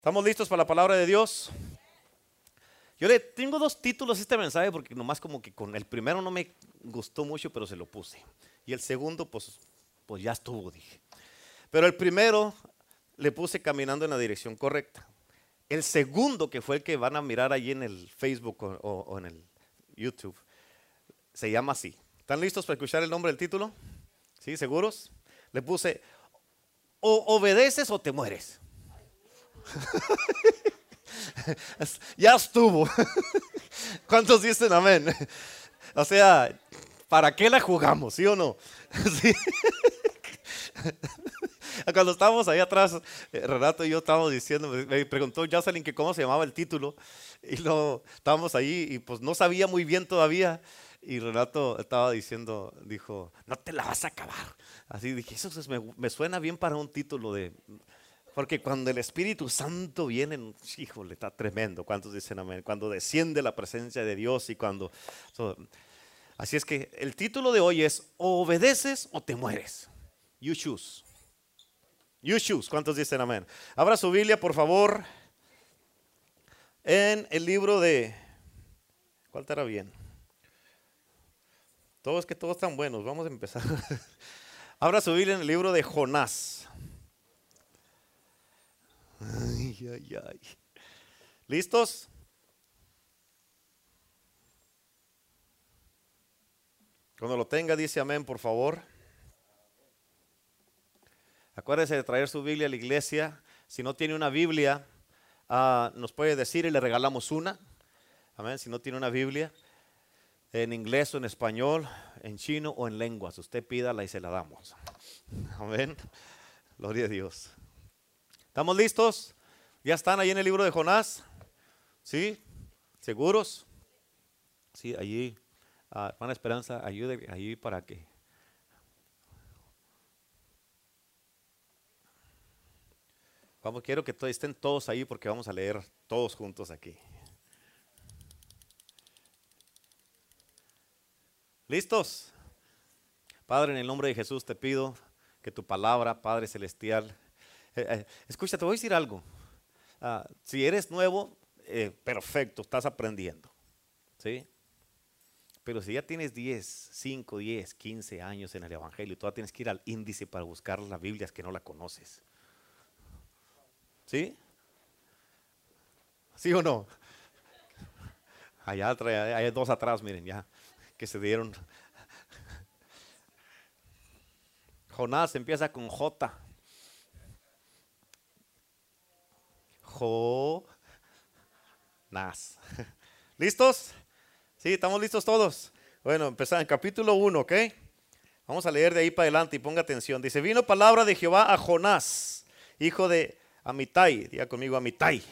¿Estamos listos para la palabra de Dios? Yo le tengo dos títulos a este mensaje porque nomás como que con el primero no me gustó mucho, pero se lo puse. Y el segundo, pues ya estuvo, dije. Pero el primero le puse caminando en la dirección correcta. El segundo, que fue el que van a mirar ahí en el Facebook o en el YouTube, se llama así. ¿Están listos para escuchar el nombre del título? ¿Sí? ¿Seguros? Le puse, o obedeces o te mueres. Ya estuvo. ¿Cuántos dicen amén? O sea, ¿para qué la jugamos? ¿Sí o no? Sí. Cuando estábamos ahí atrás, Renato y yo estábamos diciendo, me preguntó Jocelyn que cómo se llamaba el título. Y luego estábamos ahí y pues no sabía muy bien todavía. Y Renato estaba diciendo, dijo, no te la vas a acabar. Así dije, eso me suena bien para un título de... Porque cuando el Espíritu Santo viene, híjole, está tremendo. ¿Cuántos dicen amén? Cuando desciende la presencia de Dios y cuando... Así es que el título de hoy es, o obedeces o te mueres. You choose. You choose. ¿Cuántos dicen amén? Abra su Biblia, por favor, en el libro de... ¿Cuál estará bien? Todos están buenos. Vamos a empezar. Abra su Biblia en el libro de Jonás. Ay, ay, ay. ¿Listos? Cuando lo tenga, dice amén, por favor. Acuérdese de traer su Biblia a la iglesia. Si no tiene una Biblia, nos puede decir y le regalamos una. Amén. Si no tiene una Biblia, en inglés o en español, en chino o en lenguas, usted pídala y se la damos. Amén. Gloria a Dios. ¿Estamos listos? ¿Ya están ahí en el libro de Jonás? ¿Sí? ¿Seguros? Sí, allí. Hermana Esperanza, ayude ahí para que. Vamos, quiero que estén todos ahí porque vamos a leer todos juntos aquí. ¿Listos? Padre, en el nombre de Jesús te pido que tu palabra, Padre Celestial, escucha, te voy a decir algo. Si eres nuevo, perfecto, estás aprendiendo, ¿sí? Pero si ya tienes 5, 10, 15 años en el Evangelio, tú tienes que ir al índice para buscar la Biblia, es que no la conoces. ¿Sí? ¿Sí o no? Allá hay dos atrás, miren, ya, que se dieron. Jonás empieza con J. Jonás. ¿Listos? Sí, ¿estamos listos todos? Bueno, empezamos en capítulo 1, ¿ok? Vamos a leer de ahí para adelante y ponga atención. Dice, vino palabra de Jehová a Jonás, hijo de Amitai. Diga conmigo Amitai.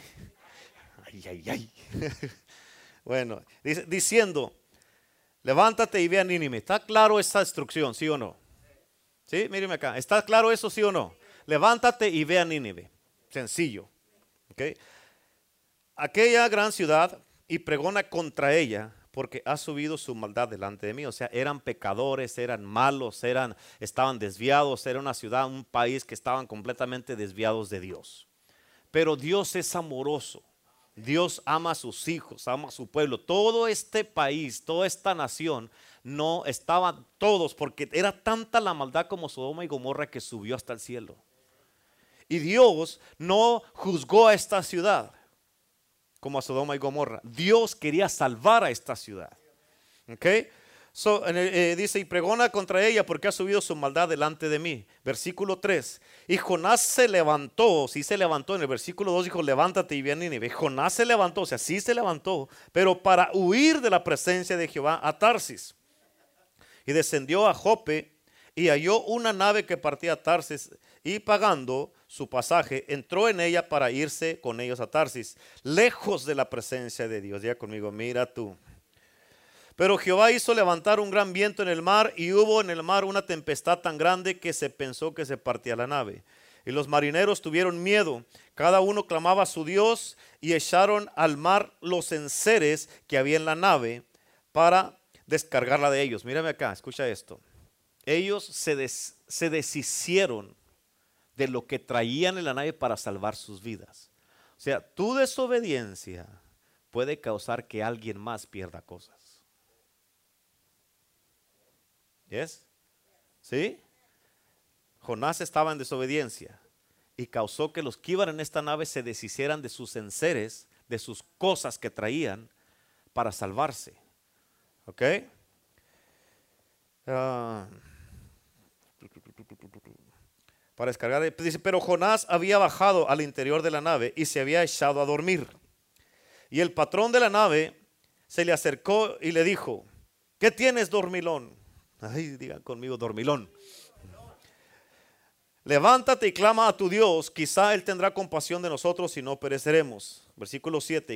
Ay, ay, ay. Bueno, diciendo, levántate y ve a Nínive. ¿Está claro esta instrucción, sí o no? Sí, míreme acá. ¿Está claro eso, sí o no? Levántate y ve a Nínive. Sencillo. ¿Ok? Aquella gran ciudad y pregona contra ella porque ha subido su maldad delante de mí. O sea, eran pecadores, eran malos, estaban desviados, era una ciudad, un país que estaban completamente desviados de Dios. Pero Dios es amoroso. Dios ama a sus hijos, ama a su pueblo. Todo este país, toda esta nación, no estaban todos, porque era tanta la maldad como Sodoma y Gomorra que subió hasta el cielo. Y Dios no juzgó a esta ciudad como a Sodoma y Gomorra. Dios quería salvar a esta ciudad. ¿Ok? Dice, y pregona contra ella porque ha subido su maldad delante de mí. Versículo 3. Y Jonás se levantó, sí se levantó. En el versículo 2 dijo, levántate y ve a Nínive. Jonás se levantó, o sea, sí se levantó, pero para huir de la presencia de Jehová a Tarsis. Y descendió a Jope y halló una nave que partía a Tarsis, y pagando su pasaje, entró en ella para irse con ellos a Tarsis, lejos de la presencia de Dios. Ya conmigo, mira tú. Pero Jehová hizo levantar un gran viento en el mar, y hubo en el mar una tempestad tan grande que se pensó que se partía la nave. Y los marineros tuvieron miedo, cada uno clamaba a su Dios, y echaron al mar los enseres que había en la nave para descargarla de ellos. Mírame acá, escucha esto. Ellos se deshicieron de lo que traían en la nave para salvar sus vidas. O sea, tu desobediencia puede causar que alguien más pierda cosas. ¿Yes? ¿Sí? Jonás estaba en desobediencia y causó que los que iban en esta nave se deshicieran de sus enseres, de sus cosas que traían para salvarse. ¿Ok? Para descargar, dice, pero Jonás había bajado al interior de la nave y se había echado a dormir. Y el patrón de la nave se le acercó y le dijo, ¿qué tienes, dormilón? Ay, digan conmigo, dormilón. Levántate y clama a tu Dios, quizá Él tendrá compasión de nosotros y no pereceremos. Versículo 7.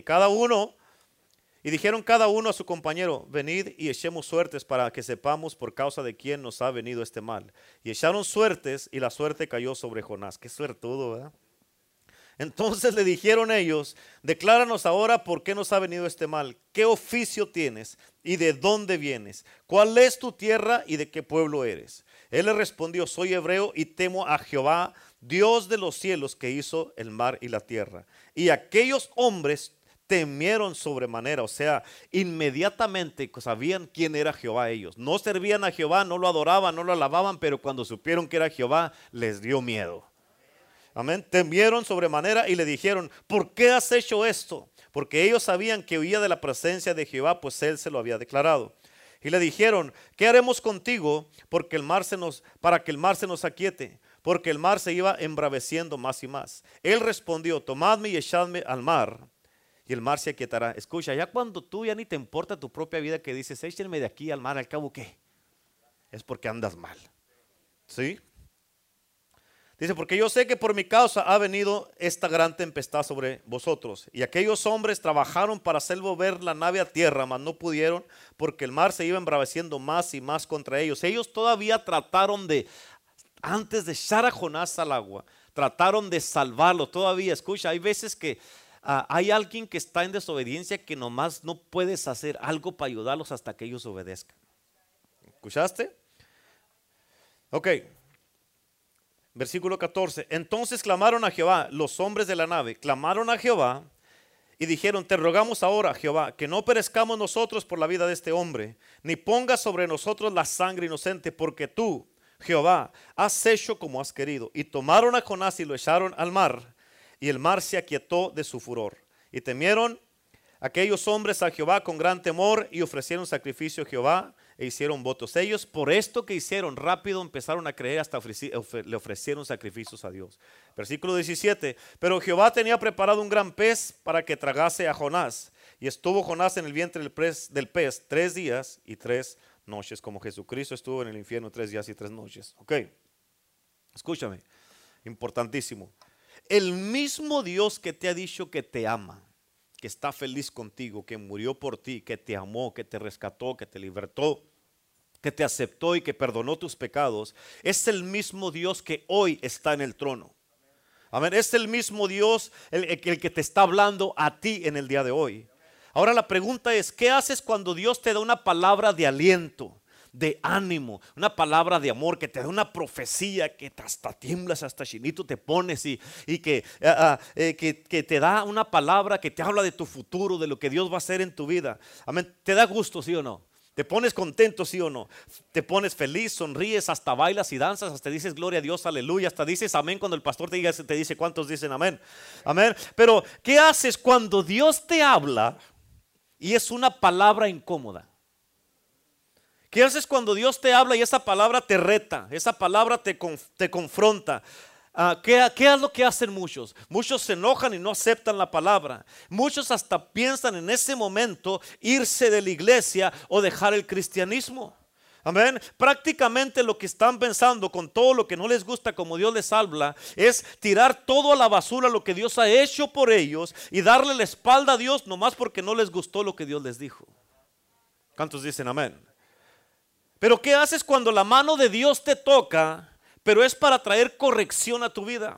Y dijeron cada uno a su compañero, venid y echemos suertes para que sepamos por causa de quién nos ha venido este mal. Y echaron suertes y la suerte cayó sobre Jonás. Qué suertudo, ¿verdad? Entonces le dijeron ellos, decláranos ahora por qué nos ha venido este mal. ¿Qué oficio tienes y de dónde vienes? ¿Cuál es tu tierra y de qué pueblo eres? Él le respondió, soy hebreo y temo a Jehová, Dios de los cielos, que hizo el mar y la tierra. Y aquellos hombres temieron sobremanera, o sea, inmediatamente sabían quién era Jehová ellos. No servían a Jehová, no lo adoraban, no lo alababan, pero cuando supieron que era Jehová, les dio miedo. Amén. Temieron sobremanera y le dijeron, ¿por qué has hecho esto? Porque ellos sabían que huía de la presencia de Jehová, pues él se lo había declarado. Y le dijeron, ¿qué haremos contigo para que el mar se nos aquiete? Porque el mar se iba embraveciendo más y más. Él respondió, tomadme y echadme al mar, y el mar se aquietará. Escucha, ya cuando tú ya ni te importa tu propia vida, que dices, échenme de aquí al mar, al cabo, ¿qué? Es porque andas mal. ¿Sí? Dice, porque yo sé que por mi causa ha venido esta gran tempestad sobre vosotros. Y aquellos hombres trabajaron para hacer volver la nave a tierra, mas no pudieron, porque el mar se iba embraveciendo más y más contra ellos. Ellos todavía trataron de, antes de echar a Jonás al agua, trataron de salvarlo. Todavía, escucha, hay veces que hay alguien que está en desobediencia que nomás no puedes hacer algo para ayudarlos hasta que ellos obedezcan. ¿Escuchaste? Ok. Versículo 14. Entonces clamaron a Jehová, los hombres de la nave, clamaron a Jehová y dijeron, te rogamos ahora, Jehová, que no perezcamos nosotros por la vida de este hombre, ni pongas sobre nosotros la sangre inocente, porque tú, Jehová, has hecho como has querido. Y tomaron a Jonás y lo echaron al mar, y el mar se aquietó de su furor. Y temieron aquellos hombres a Jehová con gran temor y ofrecieron sacrificio a Jehová e hicieron votos. Ellos, por esto que hicieron, rápido empezaron a creer, hasta le ofrecieron sacrificios a Dios. Versículo 17. Pero Jehová tenía preparado un gran pez para que tragase a Jonás. Y estuvo Jonás en el vientre del pez 3 días y 3 noches, como Jesucristo estuvo en el infierno 3 días y 3 noches. Ok, escúchame, importantísimo. El mismo Dios que te ha dicho que te ama, que está feliz contigo, que murió por ti, que te amó, que te rescató, que te libertó, que te aceptó y que perdonó tus pecados, es el mismo Dios que hoy está en el trono. Amén. Es el mismo Dios el que te está hablando a ti en el día de hoy. Ahora la pregunta es, ¿qué haces cuando Dios te da una palabra de aliento, de ánimo, una palabra de amor, que te da una profecía que hasta tiemblas, hasta chinito te pones y que te da una palabra que te habla de tu futuro, de lo que Dios va a hacer en tu vida? Amén. ¿Te da gusto, sí o no? ¿Te pones contento, sí o no? ¿Te pones feliz, sonríes, hasta bailas y danzas, hasta dices gloria a Dios, aleluya, hasta dices amén cuando el pastor te dice cuántos dicen amén? Amén. Pero ¿qué haces cuando Dios te habla y es una palabra incómoda? ¿Qué haces cuando Dios te habla y esa palabra te reta, esa palabra te confronta? ¿Qué es lo que hacen muchos? Muchos se enojan y no aceptan la palabra. Muchos hasta piensan en ese momento irse de la iglesia o dejar el cristianismo. Amén. Prácticamente lo que están pensando con todo lo que no les gusta como Dios les habla es tirar todo a la basura lo que Dios ha hecho por ellos y darle la espalda a Dios nomás porque no les gustó lo que Dios les dijo. ¿Cuántos dicen amén? Pero ¿qué haces cuando la mano de Dios te toca, pero es para traer corrección a tu vida?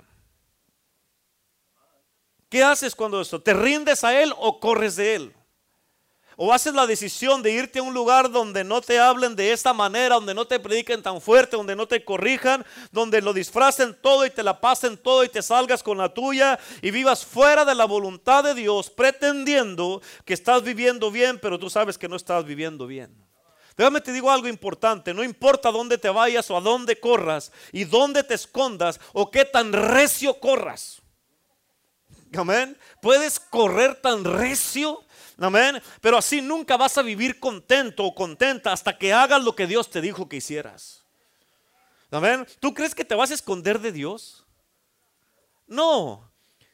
¿Qué haces cuando eso? ¿Te rindes a Él o corres de Él? O haces la decisión de irte a un lugar donde no te hablen de esta manera, donde no te prediquen tan fuerte, donde no te corrijan, donde lo disfracen todo y te la pasen todo y te salgas con la tuya y vivas fuera de la voluntad de Dios, pretendiendo que estás viviendo bien, pero tú sabes que no estás viviendo bien. Déjame te digo algo importante, no importa dónde te vayas o a dónde corras y dónde te escondas o qué tan recio corras. Amén. Puedes correr tan recio. Amén. Pero así nunca vas a vivir contento o contenta hasta que hagas lo que Dios te dijo que hicieras. Amén. ¿Tú crees que te vas a esconder de Dios? No.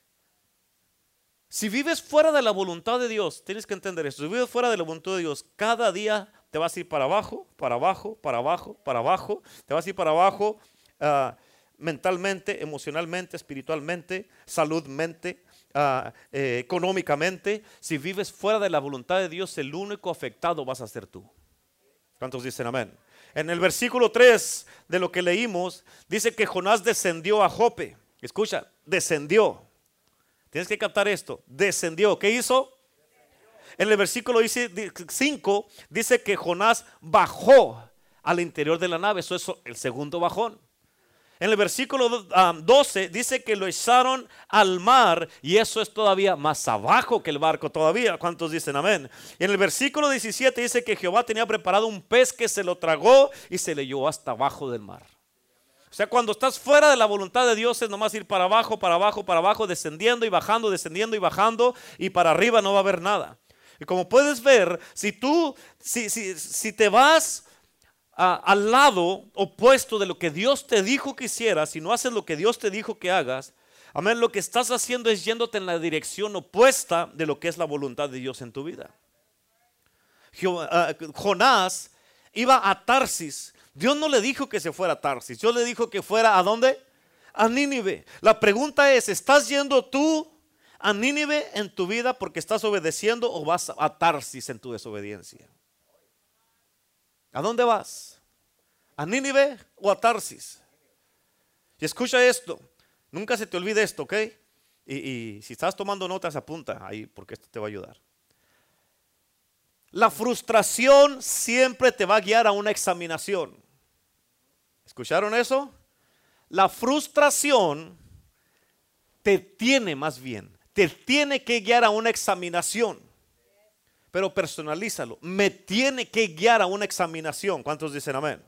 Si vives fuera de la voluntad de Dios, tienes que entender esto. Si vives fuera de la voluntad de Dios, cada día te vas a ir para abajo, para abajo, para abajo, para abajo. Te vas a ir para abajo mentalmente, emocionalmente, espiritualmente, saludmente, económicamente. Si vives fuera de la voluntad de Dios, el único afectado vas a ser tú. ¿Cuántos dicen amén? En el versículo 3 de lo que leímos, dice que Jonás descendió a Jope. Escucha, descendió. Tienes que captar esto. Descendió. ¿Qué hizo? En el versículo 5 dice que Jonás bajó al interior de la nave. Eso es el segundo bajón. En el versículo 12 dice que lo echaron al mar y eso es todavía más abajo que el barco todavía. ¿Cuántos dicen amén? Y en el versículo 17 dice que Jehová tenía preparado un pez que se lo tragó y se le llevó hasta abajo del mar. O sea, cuando estás fuera de la voluntad de Dios es nomás ir para abajo, para abajo, para abajo, descendiendo y bajando, descendiendo y bajando, y para arriba no va a haber nada. Y como puedes ver, si te vas al lado opuesto de lo que Dios te dijo que hicieras, si no haces lo que Dios te dijo que hagas, amén, lo que estás haciendo es yéndote en la dirección opuesta de lo que es la voluntad de Dios en tu vida. Jonás iba a Tarsis. Dios no le dijo que se fuera a Tarsis. Dios le dijo que fuera ¿a dónde? A Nínive. La pregunta es, ¿estás yendo tú a Nínive en tu vida porque estás obedeciendo o vas a Tarsis en tu desobediencia? ¿A dónde vas? ¿A Nínive o a Tarsis? Y escucha esto, nunca se te olvide esto, ¿ok? Y si estás tomando notas, apunta ahí porque esto te va a ayudar. La frustración siempre te va a guiar a una examinación. ¿Escucharon eso? La frustración te tiene que guiar a una examinación. Pero personalízalo. Me tiene que guiar a una examinación. ¿Cuántos dicen amén?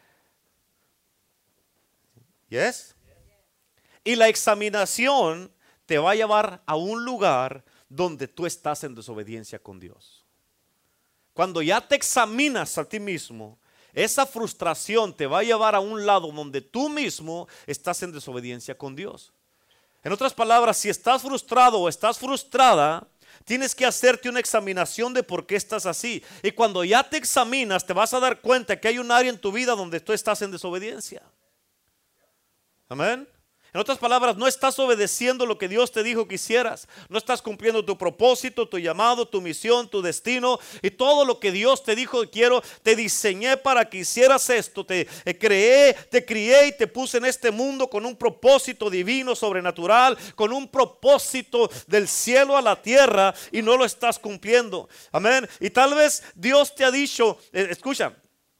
¿Yes? Y la examinación te va a llevar a un lugar donde tú estás en desobediencia con Dios. Cuando ya te examinas a ti mismo, esa frustración te va a llevar a un lado donde tú mismo estás en desobediencia con Dios. En otras palabras, si estás frustrado o estás frustrada, tienes que hacerte una examinación de por qué estás así. Y cuando ya te examinas, te vas a dar cuenta que hay un área en tu vida donde tú estás en desobediencia. Amén. En otras palabras, no estás obedeciendo lo que Dios te dijo que hicieras. No estás cumpliendo tu propósito, tu llamado, tu misión, tu destino y todo lo que Dios te dijo que quiero. Te diseñé para que hicieras esto. Te crié y te puse en este mundo con un propósito divino, sobrenatural, con un propósito del cielo a la tierra y no lo estás cumpliendo. Amén. Y tal vez Dios te ha dicho, escucha,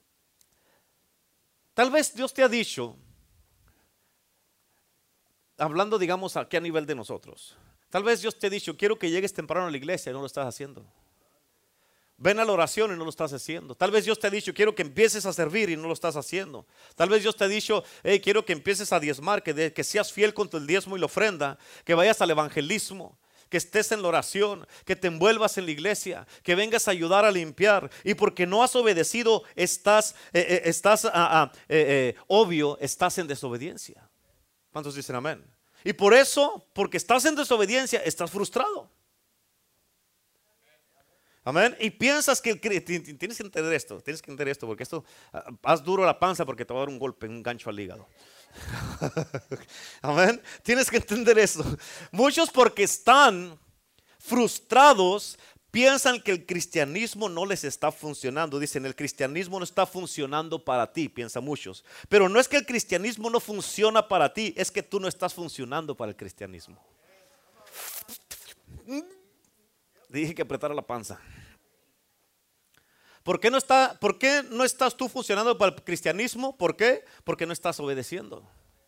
tal vez Dios te ha dicho, hablando digamos aquí a nivel de nosotros, tal vez Dios te ha dicho, quiero que llegues temprano a la iglesia y no lo estás haciendo. Ven a la oración y no lo estás haciendo. Tal vez Dios te ha dicho, quiero que empieces a servir y no lo estás haciendo. Tal vez Dios te ha dicho, hey, quiero que empieces a diezmar, que seas fiel con el diezmo y la ofrenda, que vayas al evangelismo, que estés en la oración, que te envuelvas en la iglesia, que vengas a ayudar a limpiar. Y porque no has obedecido, obvio, estás en desobediencia. ¿Cuántos dicen amén? Y por eso, porque estás en desobediencia, estás frustrado. Amén. Y piensas que tienes que entender esto, porque esto, haz duro la panza porque te va a dar un golpe, un gancho al hígado. Amén. Tienes que entender eso. Muchos porque están frustrados piensan que el cristianismo no les está funcionando. Dicen, el cristianismo no está funcionando para ti, piensan muchos. Pero no es que el cristianismo no funciona para ti, es que tú no estás funcionando para el cristianismo. Dije que apretara la panza. ¿Por qué no estás tú funcionando para el cristianismo? ¿Por qué? Porque no estás obedeciendo.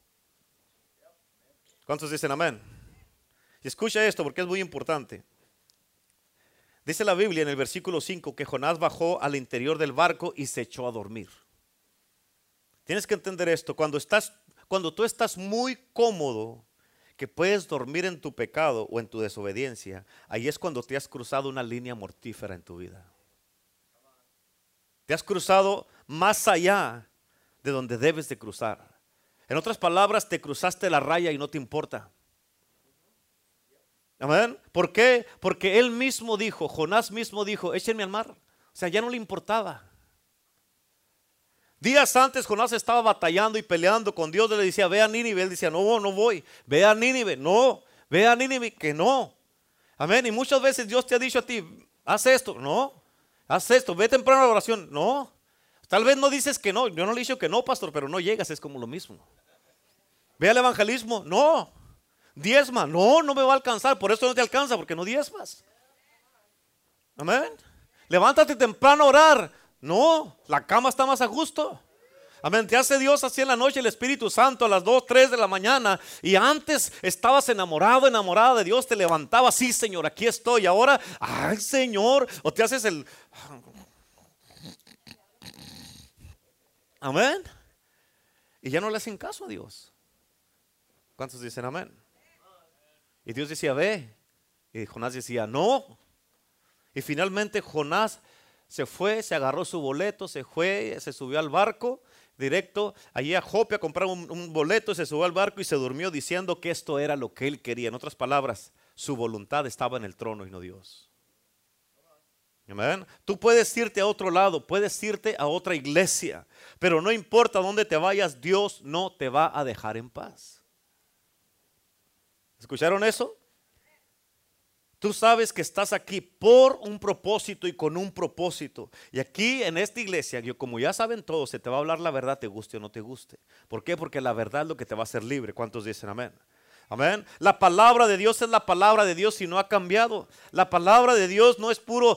¿Cuántos dicen amén? Y escucha esto porque es muy importante. Dice la Biblia en el versículo 5 que Jonás bajó al interior del barco y se echó a dormir. Tienes que entender esto. Cuando tú estás muy cómodo, que puedes dormir en tu pecado o en tu desobediencia, ahí es cuando te has cruzado una línea mortífera en tu vida. Te has cruzado más allá de donde debes de cruzar. En otras palabras, te cruzaste la raya y no te importa. Amén. ¿Por qué? Porque él mismo dijo, Jonás mismo dijo, échenme al mar. O sea, ya no le importaba. Días antes Jonás estaba batallando y peleando con Dios. Le decía, ve a Nínive. Él decía, no, no voy. Ve a Nínive. No, ve a Nínive. Que no. Amén. Y muchas veces Dios te ha dicho a ti, haz esto. No, haz esto. Ve temprano a la oración. No. Tal vez no dices que no. Yo no le he dicho que no, pastor, pero no llegas. Es como lo mismo. Ve al evangelismo. No. Diezma. No, no me va a alcanzar. Por eso no te alcanza, porque no diezmas. Amén. Levántate temprano a orar. No, la cama está más a gusto. Amén. Te hace Dios así en la noche el Espíritu Santo a las 2, 3 de la mañana. Y antes estabas enamorado, enamorada de Dios. Te levantabas, sí Señor, aquí estoy. Ahora, ay Señor. O te haces el... Amén. Y ya no le hacen caso a Dios. ¿Cuántos dicen amén? Y Dios decía, ve. Y Jonás decía, no. Y finalmente Jonás se fue, se agarró su boleto, se fue, se subió al barco directo allí a Jope a comprar un boleto, se subió al barco y se durmió diciendo que esto era lo que él quería. En otras palabras, su voluntad estaba en el trono y no Dios. Amén. Tú puedes irte a otro lado, puedes irte a otra iglesia, pero no importa dónde te vayas, Dios no te va a dejar en paz. ¿Escucharon eso? Tú sabes que estás aquí por un propósito y con un propósito. Y aquí en esta iglesia, como ya saben todos, se te va a hablar la verdad, te guste o no te guste. ¿Por qué? Porque la verdad es lo que te va a hacer libre. ¿Cuántos dicen amén? Amén. La palabra de Dios es la palabra de Dios y no ha cambiado. La palabra de Dios no es puro.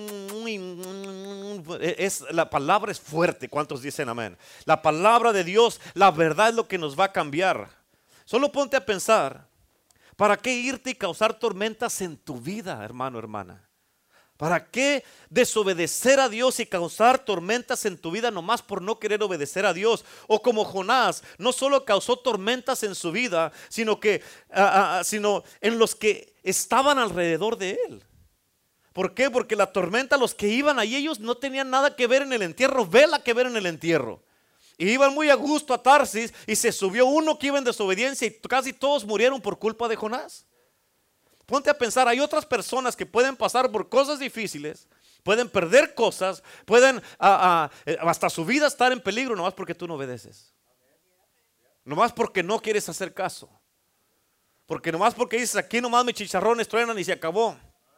La palabra es fuerte. ¿Cuántos dicen amén? La palabra de Dios, la verdad es lo que nos va a cambiar. Solo ponte a pensar. ¿Para qué irte y causar tormentas en tu vida, hermano, hermana? ¿Para qué desobedecer a Dios y causar tormentas en tu vida nomás por no querer obedecer a Dios? O como Jonás, no solo causó tormentas en su vida, sino en los que estaban alrededor de él. ¿Por qué? Porque la tormenta, los que iban ahí, ellos no tenían nada que ver en el entierro, vela que ver en el entierro. Y iban muy a gusto a Tarsis y se subió uno que iba en desobediencia y casi todos murieron por culpa de Jonás. Ponte a pensar, hay otras personas que pueden pasar por cosas difíciles, pueden perder cosas, pueden hasta su vida estar en peligro nomás porque tú no obedeces. Nomás porque no quieres hacer caso. Nomás porque dices, aquí nomás mis chicharrones truenan y se acabó.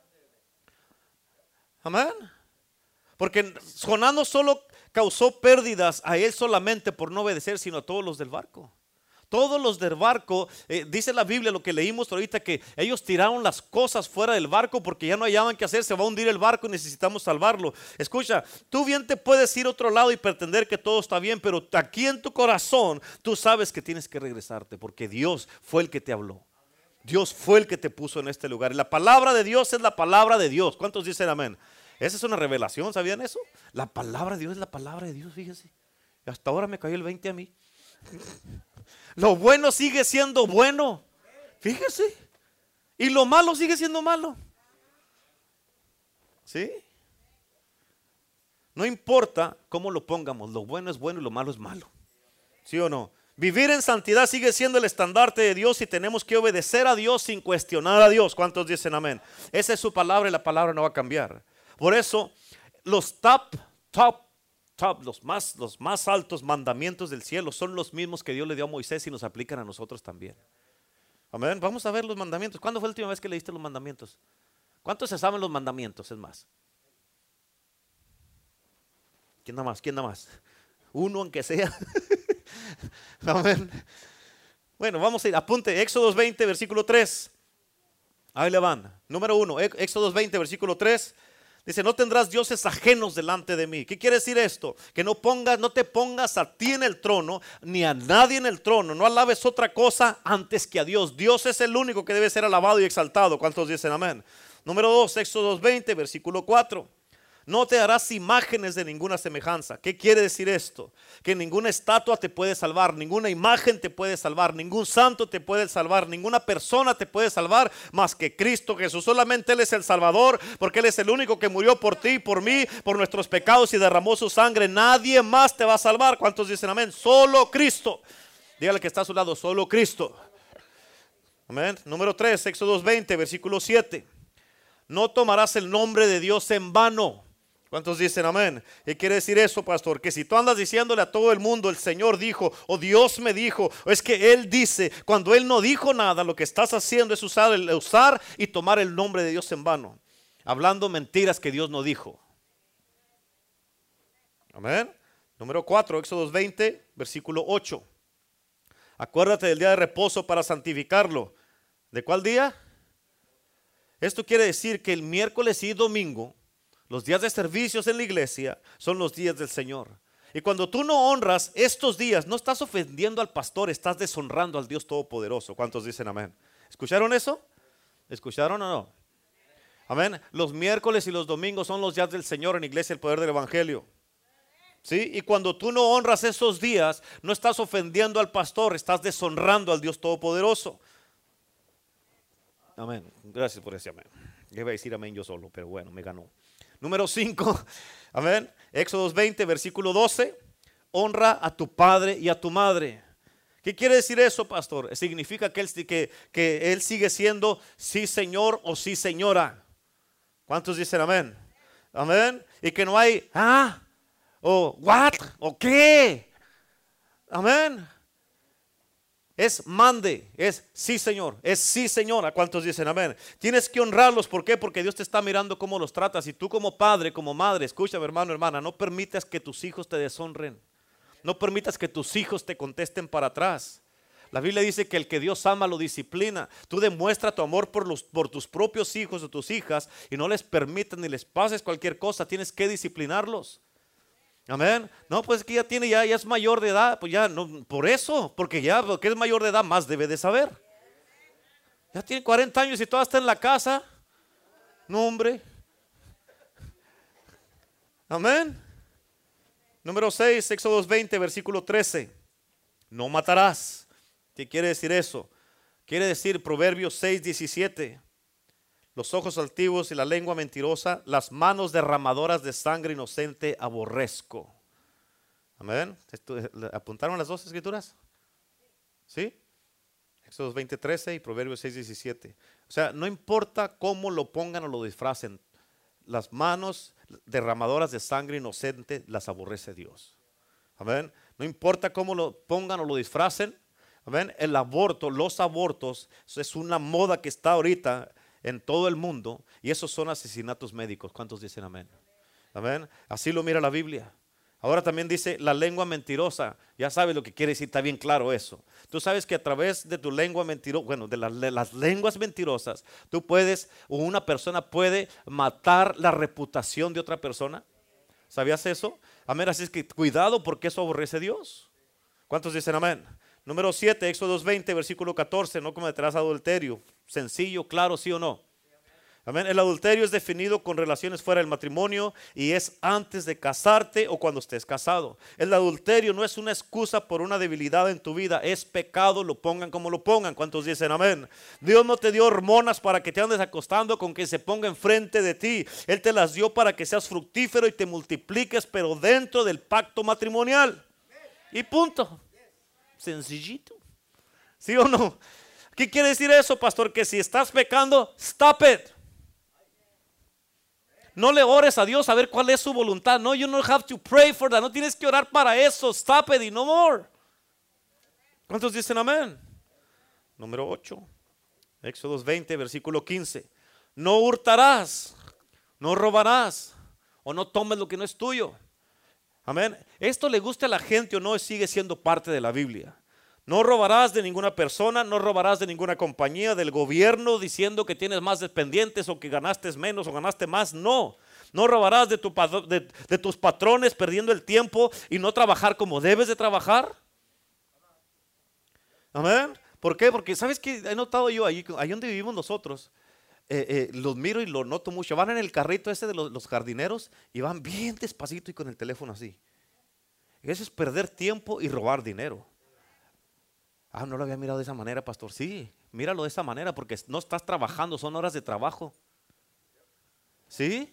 Amén. Porque Jonás no solo causó pérdidas a él solamente por no obedecer, sino a todos los del barco. Todos los del barco, dice la Biblia, lo que leímos ahorita, que ellos tiraron las cosas fuera del barco porque ya no hallaban qué hacer, se va a hundir el barco y necesitamos salvarlo. Escucha, tú bien te puedes ir a otro lado y pretender que todo está bien, pero aquí en tu corazón tú sabes que tienes que regresarte porque Dios fue el que te habló. Dios fue el que te puso en este lugar. Y la palabra de Dios es la palabra de Dios. ¿Cuántos dicen amén? Esa es una revelación, ¿sabían eso? La palabra de Dios es la palabra de Dios, fíjese. Hasta ahora me cayó el 20 a mí. Lo bueno sigue siendo bueno, fíjese. Y lo malo sigue siendo malo. ¿Sí? No importa cómo lo pongamos, lo bueno es bueno y lo malo es malo. ¿Sí o no? Vivir en santidad sigue siendo el estandarte de Dios y tenemos que obedecer a Dios sin cuestionar a Dios. ¿Cuántos dicen amén? Esa es su palabra y la palabra no va a cambiar. Por eso, los los más altos mandamientos del cielo son los mismos que Dios le dio a Moisés y nos aplican a nosotros también. Amén. Vamos a ver los mandamientos. ¿Cuándo fue la última vez que leíste los mandamientos? ¿Cuántos se saben los mandamientos? Es más. ¿Quién da más? ¿Quién da más? Uno aunque sea. Amén. Bueno, vamos a ir. Apunte. Éxodo 20, versículo 3. Ahí le van. Número 1. Éxodo 20, versículo 3. Dice, no tendrás dioses ajenos delante de mí. ¿Qué quiere decir esto? Que no te pongas a ti en el trono, ni a nadie en el trono. No alabes otra cosa antes que a Dios. Dios es el único que debe ser alabado y exaltado. ¿Cuántos dicen amén? Número 2, Éxodo 20, versículo 4. No te harás imágenes de ninguna semejanza. ¿Qué quiere decir esto? Que ninguna estatua te puede salvar, ninguna imagen te puede salvar, ningún santo te puede salvar, ninguna persona te puede salvar más que Cristo Jesús. Solamente Él es el Salvador, porque Él es el único que murió por ti, por mí, por nuestros pecados y derramó su sangre. Nadie más te va a salvar. ¿Cuántos dicen amén? Solo Cristo. Dígale que está a su lado, solo Cristo. Amén. Número 3, Éxodo 20, versículo 7. No tomarás el nombre de Dios en vano. ¿Cuántos dicen amén? ¿Qué quiere decir eso, pastor? Que si tú andas diciéndole a todo el mundo, el Señor dijo, o Dios me dijo, o es que Él dice, cuando Él no dijo nada, lo que estás haciendo es usar y tomar el nombre de Dios en vano, hablando mentiras que Dios no dijo. Amén. Número 4, Éxodo 20, versículo 8. Acuérdate del día de reposo para santificarlo. ¿De cuál día? Esto quiere decir que el miércoles y domingo, los días de servicios en la iglesia, son los días del Señor. Y cuando tú no honras estos días, no estás ofendiendo al pastor, estás deshonrando al Dios Todopoderoso. ¿Cuántos dicen amén? ¿Escucharon eso? ¿Escucharon o no? Amén. Los miércoles y los domingos son los días del Señor en Iglesia El Poder del Evangelio. ¿Sí? Y cuando tú no honras esos días, no estás ofendiendo al pastor, estás deshonrando al Dios Todopoderoso. Amén. Gracias por ese amén. Yo iba a decir amén yo solo, pero bueno, me ganó. Número 5, amén. Éxodo 20, versículo 12. Honra a tu padre y a tu madre. ¿Qué quiere decir eso, pastor? Significa que él sigue siendo sí señor o sí señora. ¿Cuántos dicen amén? Amén. Y que no hay o what o qué. Amén. Es mande, es sí señor, es sí señora. ¿Cuántos dicen amén? Tienes que honrarlos. ¿Por qué? Porque Dios te está mirando cómo los tratas. Y tú como padre, como madre, escúchame hermano, hermana, no permitas que tus hijos te deshonren. No permitas que tus hijos te contesten para atrás. La Biblia dice que el que Dios ama lo disciplina. Tú demuestra tu amor por tus propios hijos o tus hijas y no les permitas ni les pases cualquier cosa. Tienes que disciplinarlos. Amén. No, pues que ya es mayor de edad. Pues ya, no, por eso, porque es mayor de edad, más debe de saber. Ya tiene 40 años y todavía está en la casa. No, hombre. Amén. Número 6, Éxodo 20, versículo 13. No matarás. ¿Qué quiere decir eso? Quiere decir Proverbios 6, 17. Los ojos altivos y la lengua mentirosa, las manos derramadoras de sangre inocente aborrezco. Amén. ¿Apuntaron las dos escrituras? ¿Sí? Éxodo 20, 13 y Proverbios 6, 17. O sea, no importa cómo lo pongan o lo disfracen, las manos derramadoras de sangre inocente las aborrece Dios. Amén. No importa cómo lo pongan o lo disfracen. Amén. El aborto, los abortos, es una moda que está ahorita en todo el mundo, y esos son asesinatos médicos. ¿Cuántos dicen amén? Amén. Así lo mira la Biblia. Ahora también dice la lengua mentirosa. Ya sabes lo que quiere decir, está bien claro eso. Tú sabes que a través de tu lengua mentirosa, bueno, de las lenguas mentirosas, tú puedes, o una persona puede matar la reputación de otra persona. ¿Sabías eso? Amén. Así es que cuidado, porque eso aborrece a Dios. ¿Cuántos dicen amén? Número 7, Éxodo 20, versículo 14. No cometerás adulterio. Sencillo, claro, sí o no. Amén. El adulterio es definido con relaciones fuera del matrimonio y es antes de casarte o cuando estés casado. El adulterio no es una excusa por una debilidad en tu vida, es pecado, lo pongan como lo pongan. ¿Cuántos dicen amén? Dios no te dio hormonas para que te andes acostando con que se ponga enfrente de ti. Él te las dio para que seas fructífero y te multipliques, pero dentro del pacto matrimonial. Y punto. Sencillito. ¿Sí o no? ¿Qué quiere decir eso, pastor? Que si estás pecando, stop it. No le ores a Dios a ver cuál es su voluntad. No, you don't have to pray for that. No tienes que orar para eso. Stop it y no more. ¿Cuántos dicen amén? Número 8, Éxodo 20, versículo 15. No hurtarás, no robarás o no tomes lo que no es tuyo. Amén. Esto le guste a la gente o no, sigue siendo parte de la Biblia. No robarás de ninguna persona, no robarás de ninguna compañía, del gobierno, diciendo que tienes más dependientes o que ganaste menos o ganaste más. No, No robarás de tus patrones perdiendo el tiempo y no trabajar como debes de trabajar. Amén. ¿Por qué? Porque ¿sabes qué he notado yo ahí donde vivimos nosotros? Los miro y lo noto mucho. Van en el carrito ese de los jardineros y van bien despacito y con el teléfono así. Eso es perder tiempo y robar dinero. Ah, no lo había mirado de esa manera, pastor. Sí, míralo de esa manera porque no estás trabajando, son horas de trabajo. ¿Sí?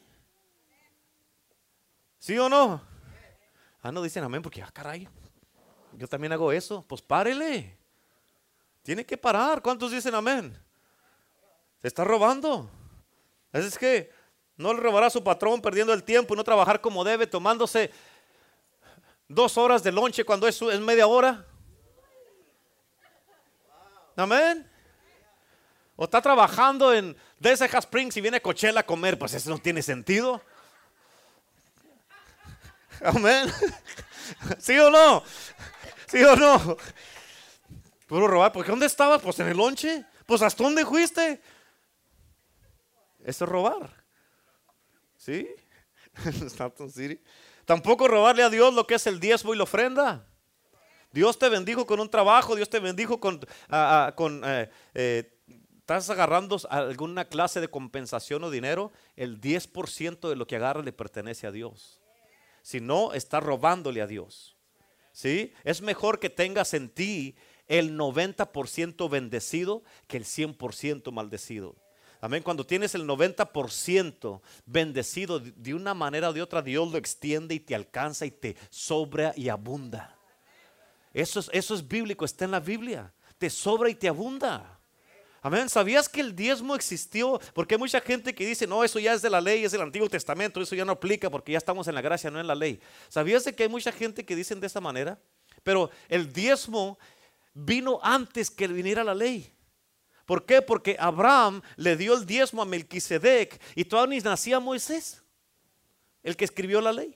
¿Sí o no? Ah, no dicen amén porque, caray, yo también hago eso. Pues párele. Tiene que parar. ¿Cuántos dicen amén? Se está robando. Es que no le robará a su patrón perdiendo el tiempo y no trabajar como debe, tomándose 2 horas de lonche cuando es media hora. Amén. O está trabajando en Desert Springs y viene a Coachella a comer. Pues eso no tiene sentido. Amén. ¿Sí o no? ¿Sí o no? Puro robar. ¿Por qué dónde estabas? Pues en el lonche. Pues ¿hasta dónde fuiste? Eso es robar. ¿Sí? Tampoco robarle a Dios lo que es el diezmo y la ofrenda. Dios te bendijo con un trabajo, Dios te bendijo estás agarrando alguna clase de compensación o dinero. El 10% de lo que agarras le pertenece a Dios. Si no, estás robándole a Dios. ¿Sí? Es mejor que tengas en ti el 90% bendecido que el 100% maldecido. Amén. Cuando tienes el 90% bendecido, de una manera o de otra, Dios lo extiende y te alcanza y te sobra y abunda. Eso es bíblico, está en la Biblia. Te sobra y te abunda. Amén. ¿Sabías que el diezmo existió? Porque hay mucha gente que dice, no, eso ya es de la ley, es del Antiguo Testamento, eso ya no aplica porque ya estamos en la gracia, no en la ley. ¿Sabías de que hay mucha gente que dicen de esa manera? Pero el diezmo vino antes que viniera la ley. ¿Por qué? Porque Abraham le dio el diezmo a Melquisedec y todavía ni nacía Moisés, el que escribió la ley.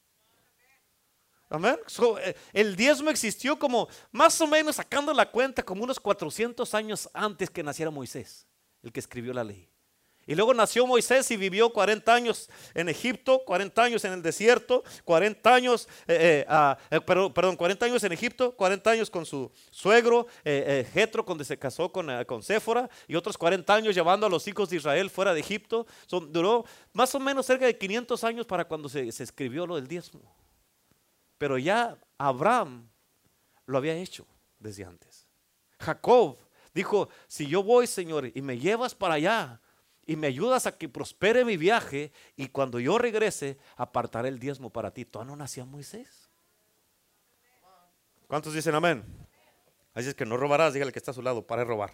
Amén. El diezmo existió como más o menos, sacando la cuenta, como unos 400 años antes que naciera Moisés, el que escribió la ley. Y luego nació Moisés y vivió 40 años en Egipto, 40 años en el desierto, 40 años, 40 años en Egipto, 40 años con su suegro Jetro, cuando se casó con Séfora, y otros 40 años llevando a los hijos de Israel fuera de Egipto. Duró más o menos cerca de 500 años para cuando se escribió lo del diezmo. Pero ya Abraham lo había hecho desde antes. Jacob dijo, si yo voy, Señor, y me llevas para allá y me ayudas a que prospere mi viaje, y cuando yo regrese apartaré el diezmo para ti. ¿Todavía no nacía Moisés? ¿Cuántos dicen amén? Así es que no robarás, dígale que está a su lado, para de robar.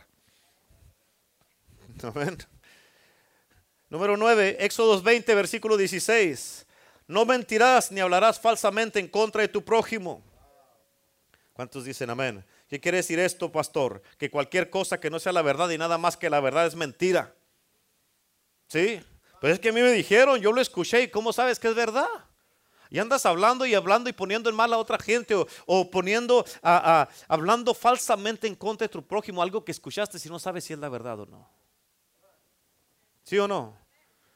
Amén. Número 9, Éxodo 20, versículo 16. No mentirás ni hablarás falsamente en contra de tu prójimo. ¿Cuántos dicen amén? ¿Qué quiere decir esto, pastor? Que cualquier cosa que no sea la verdad y nada más que la verdad es mentira. ¿Sí? Pero es que a mí me dijeron, yo lo escuché, y ¿cómo sabes que es verdad? Y andas hablando y poniendo en mal a otra gente, o hablando falsamente en contra de tu prójimo, algo que escuchaste si no sabes si es la verdad o no. ¿Sí o no?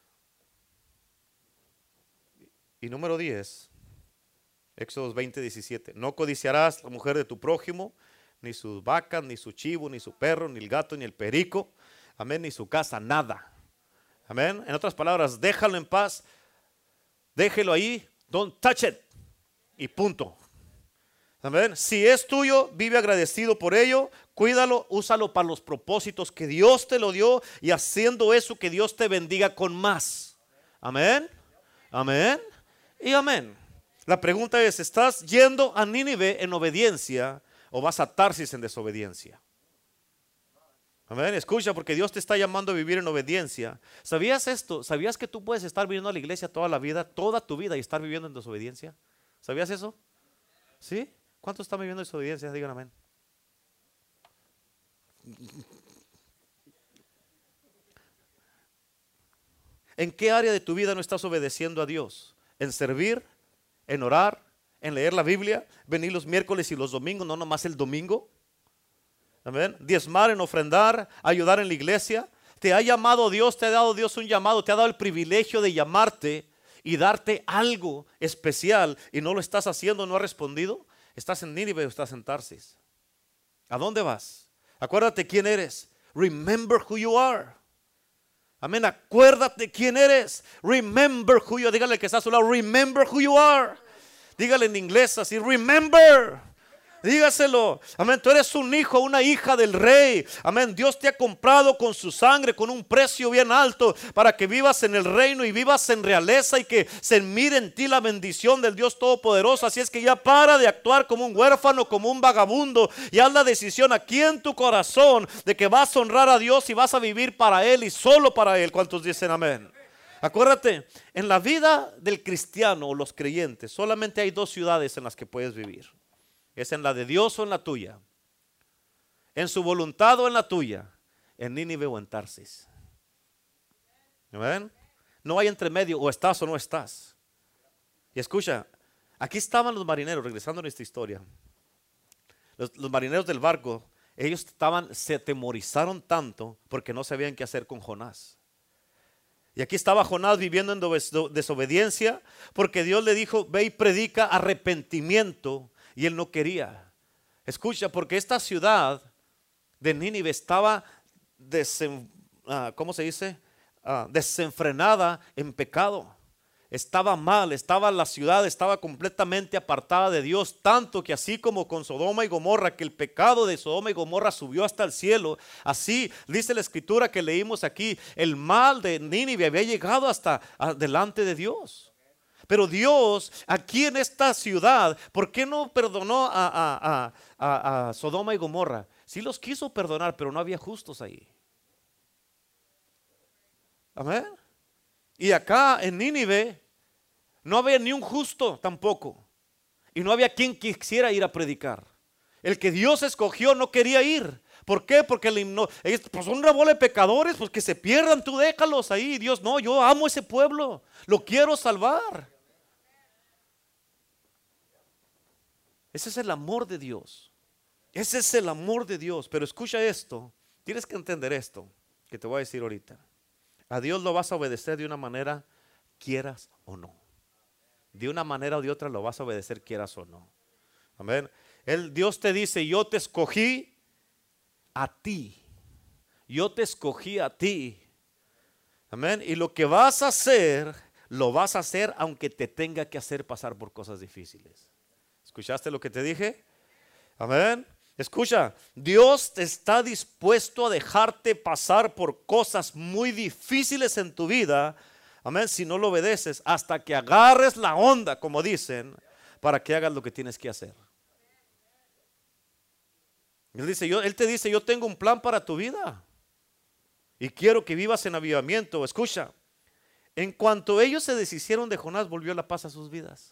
Y número 10, Éxodo 20, 17. No codiciarás la mujer de tu prójimo, ni sus vacas, ni su chivo, ni su perro, ni el gato, ni el perico. Amén, ni su casa, nada. Amén. En otras palabras, déjalo en paz. Déjelo ahí. Don't touch it. Y punto. Amén. Si es tuyo, vive agradecido por ello. Cuídalo, úsalo para los propósitos que Dios te lo dio. Y haciendo eso, que Dios te bendiga con más. Amén. Amén. Y amén. La pregunta es, ¿estás yendo a Nínive en obediencia o vas a Tarsis en desobediencia? Amén. Escucha, porque Dios te está llamando a vivir en obediencia. ¿Sabías esto? ¿Sabías que tú puedes estar viniendo a la iglesia toda la vida, toda tu vida, y estar viviendo en desobediencia? ¿Sabías eso? ¿Sí? ¿Cuántos están viviendo en desobediencia? Digan amén. ¿En qué área de tu vida no estás obedeciendo a Dios? ¿En servir? ¿En orar? ¿En leer la Biblia? ¿Venir los miércoles y los domingos, no nomás el domingo? Amén. Diezmar, en ofrendar, ayudar en la iglesia. Te ha llamado Dios, te ha dado Dios un llamado, te ha dado el privilegio de llamarte y darte algo especial y no lo estás haciendo, no has respondido. ¿Estás en Nínive o estás en Tarsis? ¿A dónde vas? Acuérdate quién eres. Remember who you are. Amén. Acuérdate quién eres. Remember who you are. Dígale que está a su lado. Remember who you are. Dígale en inglés así. Remember. Dígaselo. Amén. Tú eres un hijo, una hija del rey. Amén. Dios te ha comprado con su sangre, con un precio bien alto, para que vivas en el reino y vivas en realeza y que se mire en ti la bendición del Dios Todopoderoso. Así es que ya para de actuar como un huérfano, como un vagabundo, y haz la decisión aquí en tu corazón de que vas a honrar a Dios y vas a vivir para Él y solo para Él. ¿Cuántos dicen amén? Acuérdate, en la vida del cristiano o los creyentes solamente hay dos ciudades en las que puedes vivir. Es en la de Dios o en la tuya. En su voluntad o en la tuya. En Nínive o en Tarsis. ¿Ven? No hay entre medio, o estás o no estás. Y escucha, aquí estaban los marineros, regresando a esta historia. Los marineros del barco, ellos se atemorizaron tanto porque no sabían qué hacer con Jonás. Y aquí estaba Jonás viviendo en desobediencia, porque Dios le dijo: ve y predica arrepentimiento. Y él no quería. Escucha, porque esta ciudad de Nínive estaba desenfrenada en pecado. Estaba mal, la ciudad estaba completamente apartada de Dios, tanto que así como con Sodoma y Gomorra, que el pecado de Sodoma y Gomorra subió hasta el cielo, así dice la escritura que leímos aquí, el mal de Nínive había llegado hasta delante de Dios. Pero Dios, aquí en esta ciudad, ¿por qué no perdonó a Sodoma y Gomorra? Sí los quiso perdonar, pero no había justos ahí. Amén. Y acá en Nínive no había ni un justo tampoco. Y no había quien quisiera ir a predicar. El que Dios escogió no quería ir. ¿Por qué? Porque pues son una bola de pecadores, pues que se pierdan, tú déjalos ahí. Dios, no, yo amo ese pueblo, lo quiero salvar. Ese es el amor de Dios. Ese es el amor de Dios. Pero escucha esto. Tienes que entender esto que te voy a decir ahorita. A Dios lo vas a obedecer de una manera, quieras o no. De una manera o de otra lo vas a obedecer, quieras o no. Amén. Dios te dice: yo te escogí a ti. Yo te escogí a ti. Amén. Y lo que vas a hacer, lo vas a hacer aunque te tenga que hacer pasar por cosas difíciles. ¿Escuchaste lo que te dije? Amén. Escucha, Dios está dispuesto a dejarte pasar por cosas muy difíciles en tu vida. Amén. Si no lo obedeces, hasta que agarres la onda, como dicen, para que hagas lo que tienes que hacer. Él te dice: yo tengo un plan para tu vida y quiero que vivas en avivamiento. Escucha, en cuanto ellos se deshicieron de Jonás, volvió la paz a sus vidas.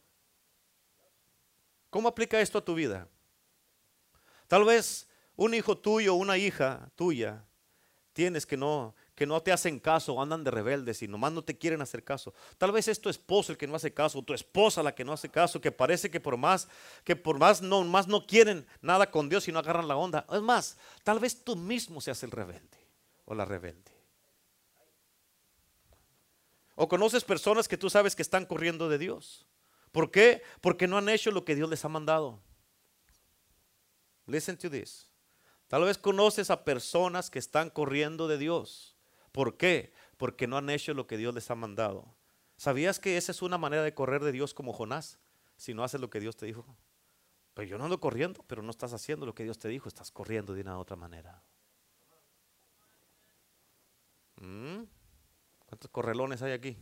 ¿Cómo aplica esto a tu vida? Tal vez un hijo tuyo, una hija tuya, tienes que no te hacen caso, andan de rebeldes y nomás no te quieren hacer caso. Tal vez es tu esposo el que no hace caso, o tu esposa la que no hace caso, que parece que por más no quieren nada con Dios y no agarran la onda. Es más, tal vez tú mismo seas el rebelde o la rebelde. O conoces personas que tú sabes que están corriendo de Dios. ¿Por qué? Porque no han hecho lo que Dios les ha mandado. Listen to this. Tal vez conoces a personas que están corriendo de Dios. ¿Por qué? Porque no han hecho lo que Dios les ha mandado. ¿Sabías que esa es una manera de correr de Dios como Jonás? Si no haces lo que Dios te dijo. Pues yo no ando corriendo, pero no estás haciendo lo que Dios te dijo. Estás corriendo de una otra manera. ¿Cuántos correlones hay aquí?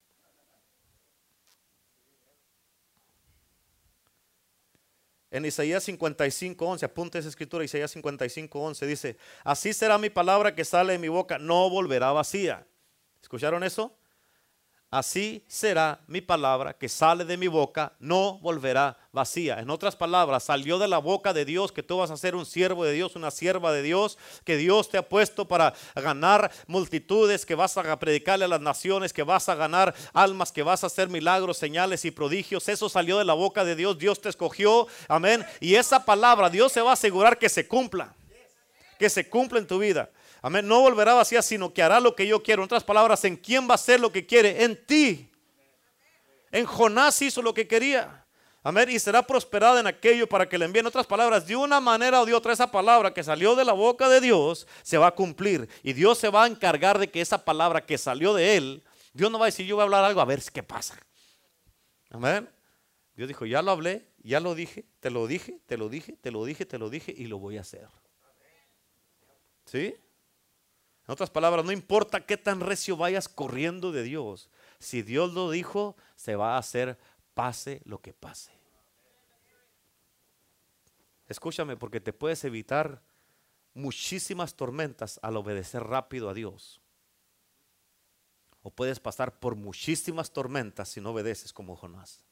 En Isaías 55:11, apunta esa escritura, Isaías 55:11 dice: así será mi palabra que sale de mi boca, no volverá vacía. ¿Escucharon eso? Así será mi palabra que sale de mi boca, no volverá vacía. En otras palabras, salió de la boca de Dios que tú vas a ser un siervo de Dios, una sierva de Dios, que Dios te ha puesto para ganar multitudes, que vas a predicarle a las naciones, que vas a ganar almas, que vas a hacer milagros, señales y prodigios. Eso salió de la boca de Dios. Dios te escogió, amén. Y esa palabra Dios se va a asegurar que se cumpla en tu vida. Amén. No volverá vacía, sino que hará lo que yo quiero. En otras palabras, ¿en quién va a hacer lo que quiere? En ti. En Jonás hizo lo que quería. Amén. Y será prosperada en aquello para que le envíen. En otras palabras, de una manera o de otra, esa palabra que salió de la boca de Dios se va a cumplir. Y Dios se va a encargar de que esa palabra que salió de él, Dios no va a decir, yo voy a hablar algo a ver qué pasa. Amén. Dios dijo, ya lo hablé, ya lo dije, te lo dije, te lo dije, te lo dije, te lo dije y lo voy a hacer. ¿Sí? En otras palabras, no importa qué tan recio vayas corriendo de Dios, si Dios lo dijo, se va a hacer, pase lo que pase. Escúchame, porque te puedes evitar muchísimas tormentas al obedecer rápido a Dios. O puedes pasar por muchísimas tormentas si no obedeces como Jonás.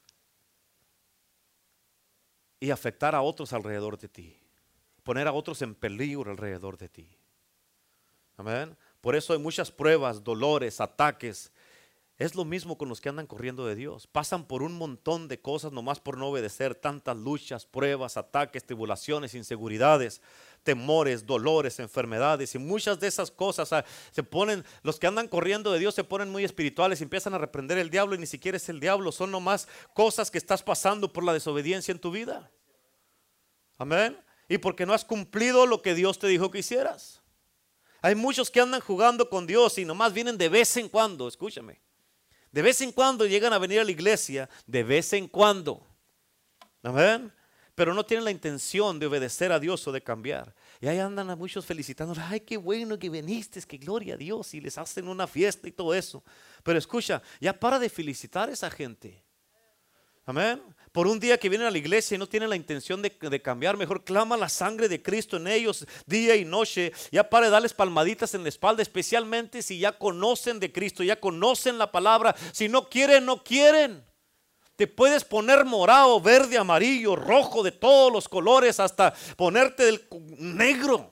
Y afectar a otros alrededor de ti. Poner a otros en peligro alrededor de ti. Amén. Por eso hay muchas pruebas, dolores, ataques. Es lo mismo con los que andan corriendo de Dios. Pasan por un montón de cosas nomás por no obedecer. Tantas luchas, pruebas, ataques, tribulaciones, inseguridades, temores, dolores, enfermedades. Y muchas de esas cosas se ponen, los que andan corriendo de Dios se ponen muy espirituales y empiezan a reprender el diablo y ni siquiera es el diablo. Son nomás cosas que estás pasando por la desobediencia en tu vida. Amén. Y porque no has cumplido lo que Dios te dijo que hicieras. Hay muchos que andan jugando con Dios y nomás vienen de vez en cuando. Escúchame. De vez en cuando llegan a venir a la iglesia, de vez en cuando. Amén. Pero no tienen la intención de obedecer a Dios o de cambiar. Y ahí andan a muchos felicitando. Ay, qué bueno que viniste, que gloria a Dios. Y les hacen una fiesta y todo eso. Pero escucha, ya para de felicitar a esa gente. Amén. Por un día que vienen a la iglesia y no tienen la intención de cambiar, mejor clama la sangre de Cristo en ellos día y noche. Ya para de darles palmaditas en la espalda, especialmente si ya conocen de Cristo, ya conocen la palabra. Si no quieren, no quieren. Te puedes poner morado, verde, amarillo, rojo, de todos los colores, hasta ponerte del negro.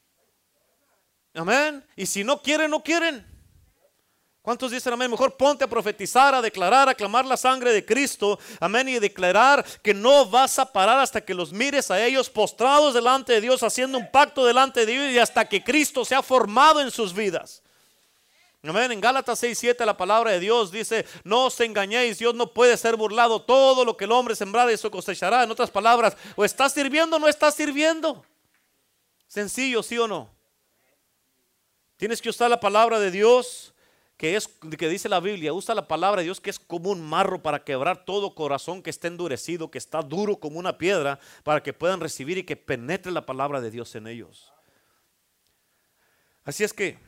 Amén. Y si no quieren, no quieren. ¿Cuántos dicen amén? Mejor ponte a profetizar, a declarar, a clamar la sangre de Cristo. Amén. Y a declarar que no vas a parar hasta que los mires a ellos postrados delante de Dios, haciendo un pacto delante de Dios y hasta que Cristo sea formado en sus vidas. Amén. En Gálatas 6:7 la palabra de Dios dice, no os engañéis, Dios no puede ser burlado. Todo lo que el hombre sembrare eso cosechará. En otras palabras, o estás sirviendo o no estás sirviendo. Sencillo, ¿sí o no? Tienes que usar la palabra de Dios, que dice la Biblia, usa la palabra de Dios que es como un marro para quebrar todo corazón que está endurecido, que está duro como una piedra, para que puedan recibir y que penetre la palabra de Dios en ellos. Así es que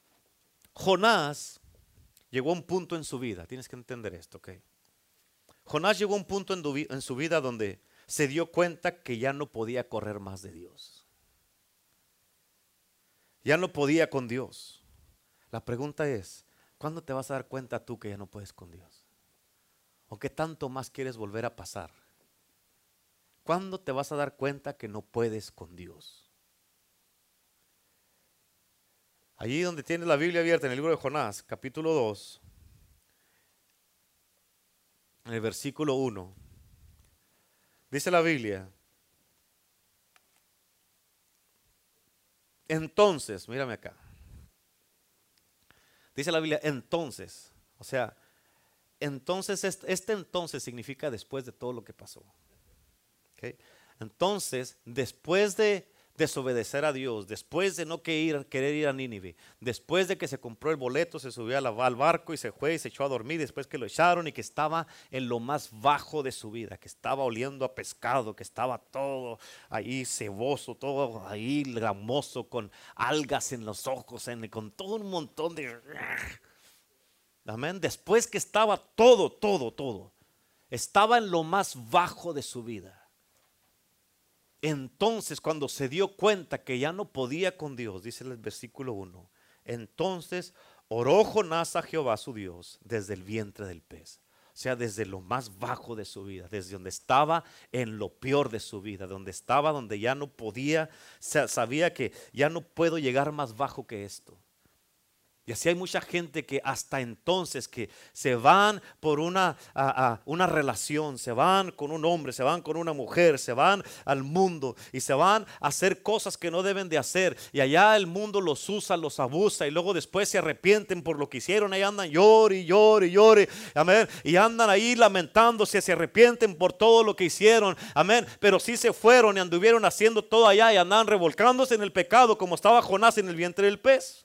Jonás llegó a un punto en su vida, tienes que entender esto, ¿ok? Jonás llegó a un punto en su vida donde se dio cuenta que ya no podía correr más de Dios. Ya no podía con Dios. La pregunta es, ¿cuándo te vas a dar cuenta tú que ya no puedes con Dios? ¿O qué tanto más quieres volver a pasar? ¿Cuándo te vas a dar cuenta que no puedes con Dios? Allí donde tienes la Biblia abierta en el libro de Jonás, capítulo 2, en el versículo 1, dice la Biblia, entonces, mírame acá. Dice la Biblia, entonces, o sea, entonces, este entonces significa después de todo lo que pasó. ¿Okay? Entonces, después de desobedecer a Dios, después de no querer ir a Nínive, después de que se compró el boleto, se subió al barco y se fue y se echó a dormir, después que lo echaron y que estaba en lo más bajo de su vida, que estaba oliendo a pescado, que estaba todo ahí ceboso, todo ahí gramoso, con algas en los ojos, con todo un montón de... Amén. Después que estaba todo, estaba en lo más bajo de su vida. Entonces, cuando se dio cuenta que ya no podía con Dios, dice el versículo 1, entonces oró Jonás a Jehová su Dios desde el vientre del pez. O sea, desde lo más bajo de su vida, desde donde estaba en lo peor de su vida, donde estaba, donde ya no podía, sabía que ya no puedo llegar más bajo que esto. Y así hay mucha gente que hasta entonces que se van por una relación, se van con un hombre, se van con una mujer, se van al mundo y se van a hacer cosas que no deben de hacer. Y allá el mundo los usa, los abusa y luego después se arrepienten por lo que hicieron. Ahí andan llore, llore, llore, amén. Y andan ahí lamentándose, se arrepienten por todo lo que hicieron, amén. Pero sí se fueron y anduvieron haciendo todo allá y andan revolcándose en el pecado como estaba Jonás en el vientre del pez.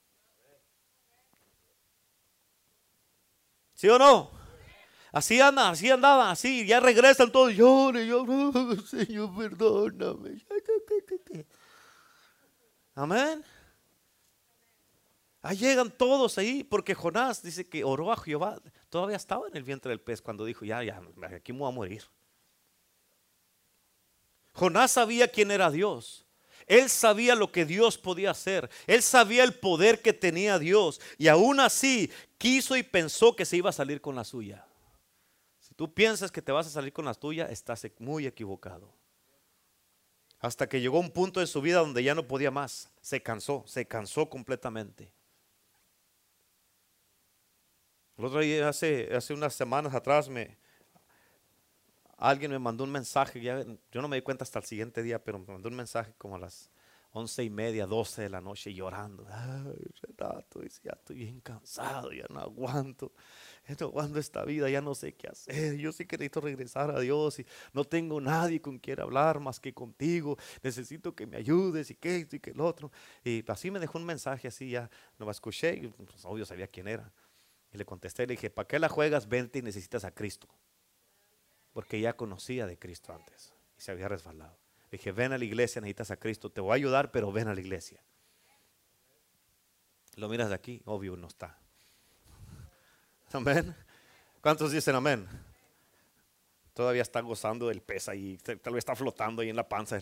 ¿Sí o no? Así andan, así andaban, así, ya regresan todos, llore, llore, Señor, perdóname. Amén. Ahí llegan todos ahí, porque Jonás dice que oró a Jehová, todavía estaba en el vientre del pez cuando dijo, ya, aquí me voy a morir. Jonás sabía quién era Dios. Él sabía lo que Dios podía hacer. Él sabía el poder que tenía Dios. Y aún así quiso y pensó que se iba a salir con la suya. Si tú piensas que te vas a salir con la tuya, estás muy equivocado. Hasta que llegó un punto en su vida donde ya no podía más. Se cansó completamente. El otro día, hace unas semanas atrás, alguien me mandó un mensaje, yo no me di cuenta hasta el siguiente día, pero me mandó un mensaje como a las 11:30, 12 de la noche llorando. Ay, Renato, dice, ya estoy bien cansado, ya no aguanto esta vida, ya no sé qué hacer. Yo sí que necesito regresar a Dios y no tengo nadie con quien hablar más que contigo. Necesito que me ayudes y que esto y que el otro. Y así me dejó un mensaje así, ya no me escuché, y pues, obvio sabía quién era. Y le contesté, le dije, ¿para qué la juegas? Vente y necesitas a Cristo. Porque ya conocía de Cristo antes y se había resbalado. Le dije, ven a la iglesia, necesitas a Cristo, te voy a ayudar, pero ven a la iglesia. Lo miras de aquí, obvio no está. Amén. ¿Cuántos dicen amén? Todavía está gozando del pez ahí, tal vez está flotando ahí en la panza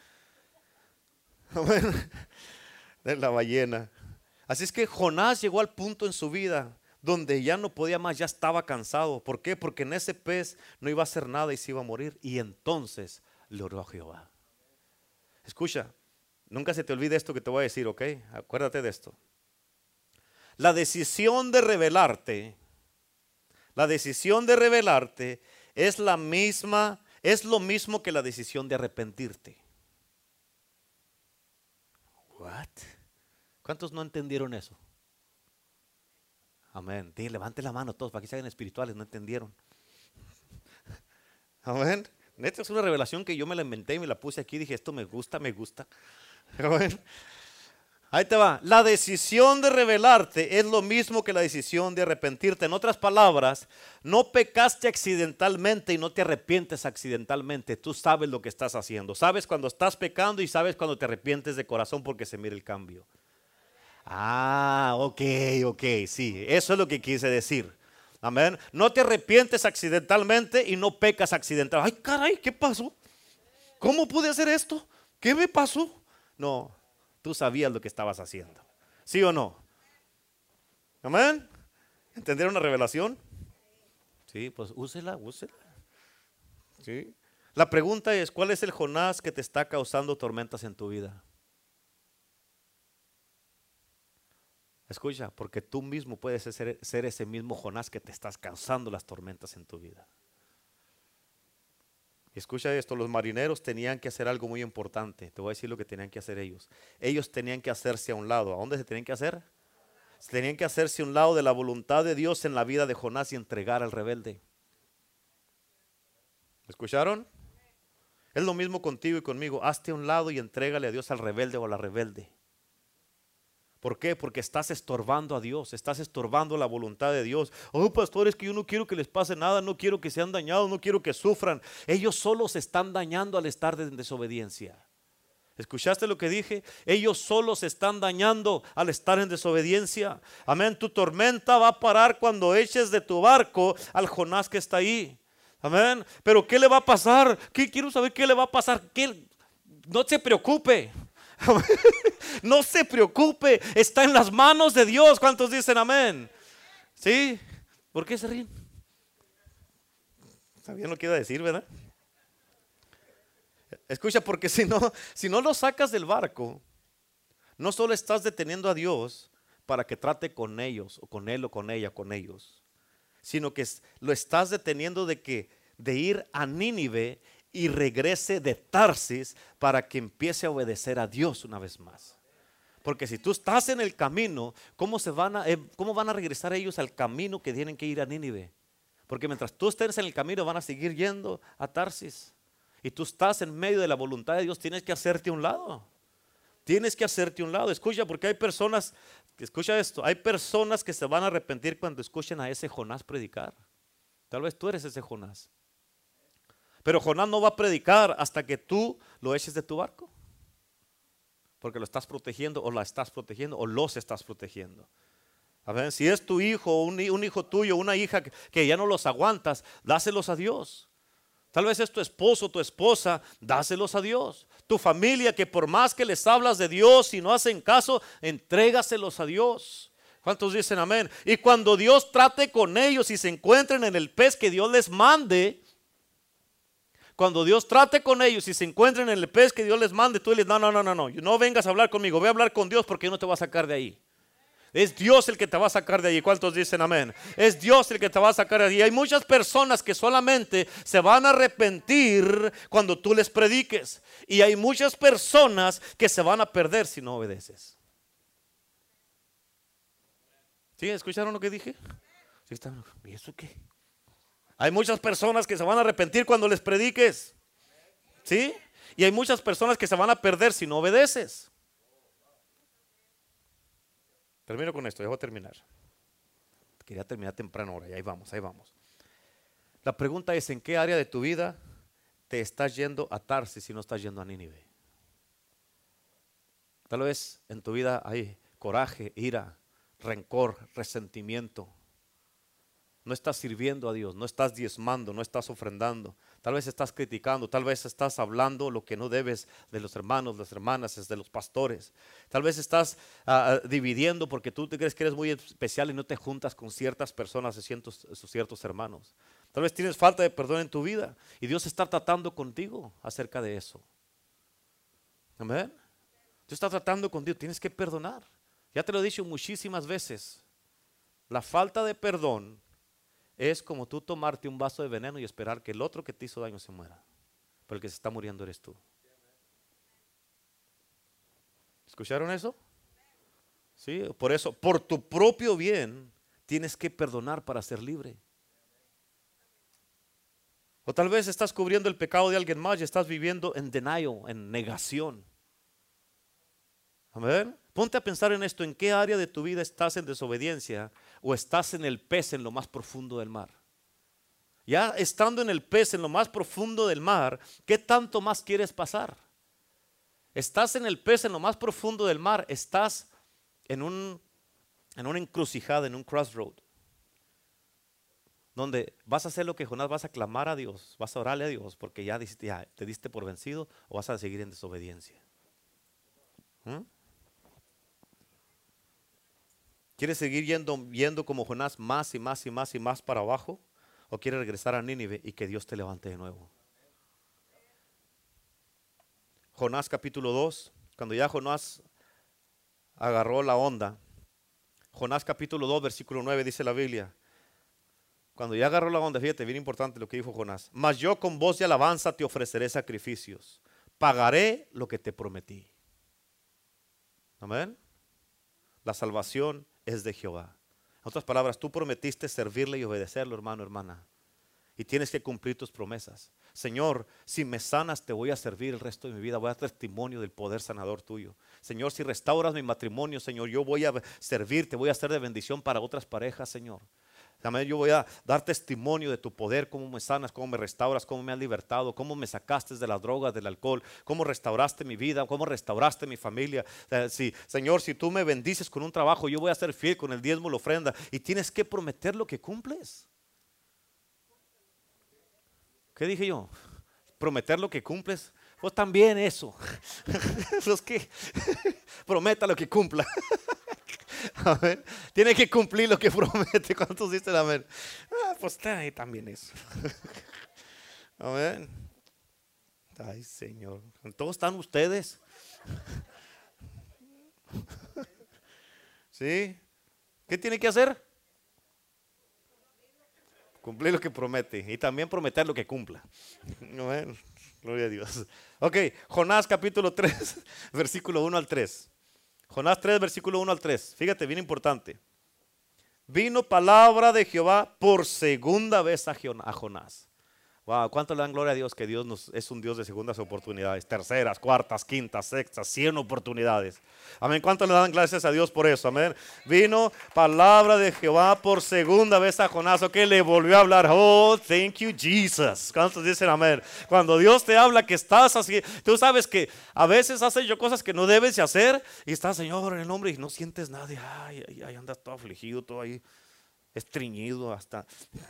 amén, de la ballena. Así es que Jonás llegó al punto en su vida donde ya no podía más, ya estaba cansado. ¿Por qué? Porque en ese pez no iba a hacer nada y se iba a morir. Y entonces le oró a Jehová. Escucha, nunca se te olvide esto que te voy a decir, ¿ok? Acuérdate de esto. La decisión de rebelarte es la misma, es lo mismo que la decisión de arrepentirte. What? ¿Cuántos no entendieron eso? Amén. Levante la mano todos para que se hagan espirituales, no entendieron. Amén. Esta es una revelación que yo me la inventé y me la puse aquí. Dije, esto me gusta. Amén. Ahí te va. La decisión de rebelarte es lo mismo que la decisión de arrepentirte. En otras palabras, no pecaste accidentalmente y no te arrepientes accidentalmente. Tú sabes lo que estás haciendo. Sabes cuando estás pecando y sabes cuando te arrepientes de corazón porque se mira el cambio. Ah, ok, sí, eso es lo que quise decir. Amén. No te arrepientes accidentalmente y no pecas accidentalmente. Ay, caray, ¿qué pasó? ¿Cómo pude hacer esto? ¿Qué me pasó? No, tú sabías lo que estabas haciendo. ¿Sí o no? Amén. ¿Entendieron la revelación? Sí, pues úsela. Sí. La pregunta es, ¿cuál es el Jonás que te está causando tormentas en tu vida? Escucha, porque tú mismo puedes ser ese mismo Jonás que te estás causando las tormentas en tu vida. Y escucha esto, los marineros tenían que hacer algo muy importante. Te voy a decir lo que tenían que hacer ellos. Ellos tenían que hacerse a un lado. ¿A dónde se tenían que hacer? Se tenían que hacerse a un lado de la voluntad de Dios en la vida de Jonás y entregar al rebelde. ¿Escucharon? Es lo mismo contigo y conmigo. Hazte a un lado y entrégale a Dios al rebelde o a la rebelde. ¿Por qué? Porque estás estorbando a Dios, estás estorbando la voluntad de Dios. Oh, pastor, es que yo no quiero que les pase nada, no quiero que sean dañados, no quiero que sufran. Ellos solo se están dañando al estar en desobediencia. ¿Escuchaste lo que dije? Ellos solo se están dañando al estar en desobediencia. Amén, tu tormenta va a parar cuando eches de tu barco al Jonás que está ahí. Amén, pero ¿qué le va a pasar? Quiero saber qué le va a pasar. No se preocupe. No se preocupe, está en las manos de Dios. ¿Cuántos dicen amén? ¿Sí? ¿Por qué se ríen? ¿Sabían lo que iba a decir, verdad? Escucha, porque si no lo sacas del barco, no solo estás deteniendo a Dios, para que trate con ellos, o con él o con ella, con ellos, sino que lo estás deteniendo de ir a Nínive y regrese de Tarsis para que empiece a obedecer a Dios una vez más. Porque si tú estás en el camino, ¿cómo van a regresar ellos al camino que tienen que ir a Nínive? Porque mientras tú estés en el camino van a seguir yendo a Tarsis. Y tú estás en medio de la voluntad de Dios, tienes que hacerte a un lado. Tienes que hacerte a un lado. Escucha, porque hay personas, escucha esto, hay personas que se van a arrepentir cuando escuchen a ese Jonás predicar. Tal vez tú eres ese Jonás. Pero Jonás no va a predicar hasta que tú lo eches de tu barco. Porque lo estás protegiendo o la estás protegiendo o los estás protegiendo. A ver, si es tu hijo, un hijo tuyo, una hija que ya no los aguantas, dáselos a Dios. Tal vez es tu esposo o tu esposa, dáselos a Dios. Tu familia, que por más que les hablas de Dios y no hacen caso, entrégaselos a Dios. ¿Cuántos dicen amén? Y cuando Dios trate con ellos y se encuentren en el pez que Dios les mande, cuando Dios trate con ellos y se encuentren en el pez que Dios les mande, tú les dices, no vengas a hablar conmigo, voy a hablar con Dios porque Él no te va a sacar de ahí. Es Dios el que te va a sacar de allí. ¿Cuántos dicen amén? Es Dios el que te va a sacar de allí. Hay muchas personas que solamente se van a arrepentir cuando tú les prediques. Y hay muchas personas que se van a perder si no obedeces. ¿Sí? ¿Escucharon lo que dije? ¿Sí? ¿Y eso qué? Hay muchas personas que se van a arrepentir cuando les prediques. ¿Sí? Y hay muchas personas que se van a perder si no obedeces. Termino con esto, ya voy a terminar. Quería terminar temprano ahora, y ahí vamos, ahí vamos. La pregunta es, ¿en qué área de tu vida te estás yendo a Tarsis si no estás yendo a Nínive? Tal vez en tu vida hay coraje, ira, rencor, resentimiento. No estás sirviendo a Dios, no estás diezmando, no estás ofrendando. Tal vez estás criticando, tal vez estás hablando lo que no debes de los hermanos, las hermanas, de los pastores. Tal vez estás dividiendo porque tú te crees que eres muy especial y no te juntas con ciertas personas y ciertos hermanos. Tal vez tienes falta de perdón en tu vida y Dios está tratando contigo acerca de eso. Amén. Dios está tratando contigo, tienes que perdonar. Ya te lo he dicho muchísimas veces. La falta de perdón es como tú tomarte un vaso de veneno y esperar que el otro que te hizo daño se muera. Pero el que se está muriendo eres tú. ¿Escucharon eso? Sí, por eso, por tu propio bien, tienes que perdonar para ser libre. O tal vez estás cubriendo el pecado de alguien más y estás viviendo en denial, en negación. Amén. Ponte a pensar en esto, ¿en qué área de tu vida estás en desobediencia o estás en el pez en lo más profundo del mar? Ya estando en el pez en lo más profundo del mar, ¿qué tanto más quieres pasar? Estás en el pez en lo más profundo del mar, estás en una encrucijada, en un crossroad, donde vas a hacer lo que Jonás, vas a clamar a Dios, vas a orarle a Dios porque ya te diste por vencido, o vas a seguir en desobediencia. ¿Quieres seguir yendo como Jonás más y más y más y más para abajo? ¿O quieres regresar a Nínive y que Dios te levante de nuevo? Jonás capítulo 2, cuando ya Jonás agarró la onda. Jonás capítulo 2 versículo 9 dice la Biblia. Cuando ya agarró la onda, fíjate, bien importante lo que dijo Jonás. Mas yo con voz de alabanza te ofreceré sacrificios. Pagaré lo que te prometí. Amén. La salvación es de Jehová. En otras palabras, tú prometiste servirle y obedecerlo, hermano, hermana. Y tienes que cumplir tus promesas. Señor, si me sanas te voy a servir el resto de mi vida. Voy a dar testimonio del poder sanador tuyo. Señor, si restauras mi matrimonio, Señor, yo voy a servirte, voy a ser de bendición para otras parejas, Señor. Amén. Yo voy a dar testimonio de tu poder, cómo me sanas, cómo me restauras, cómo me has libertado, cómo me sacaste de las drogas, del alcohol, cómo restauraste mi vida, cómo restauraste mi familia. Señor, si tú me bendices con un trabajo, yo voy a ser fiel con el diezmo, la ofrenda. Y tienes que prometer lo que cumples. ¿Qué dije yo? Prometer lo que cumples. Pues también eso. Los que prometa lo que cumpla. Amén. Tiene que cumplir lo que promete. ¿Cuántos dicen amén? Pues está ahí también eso. Amén. Ay, Señor. ¿Todos están ustedes? ¿Sí? ¿Qué tiene que hacer? Cumplir lo que promete y también prometer lo que cumpla. Bueno, gloria a Dios. Ok, Jonás capítulo 3, versículo 1 al 3. Jonás 3, versículo 1 al 3. Fíjate, bien importante. Vino palabra de Jehová por segunda vez a Jonás. Wow, ¿cuánto le dan gloria a Dios que Dios es un Dios de segundas oportunidades, terceras, cuartas, quintas, sextas, 100 oportunidades? Amén. ¿Cuánto le dan gracias a Dios por eso? Amén. Vino palabra de Jehová por segunda vez a Jonás, que le volvió a hablar. Oh, thank you, Jesus. ¿Cuántos dicen amén? Cuando Dios te habla que estás así, tú sabes que a veces haces yo cosas que no debes de hacer y estás, Señor, en el nombre, y no sientes nada. Ay, andas todo afligido, todo ahí estreñido hasta.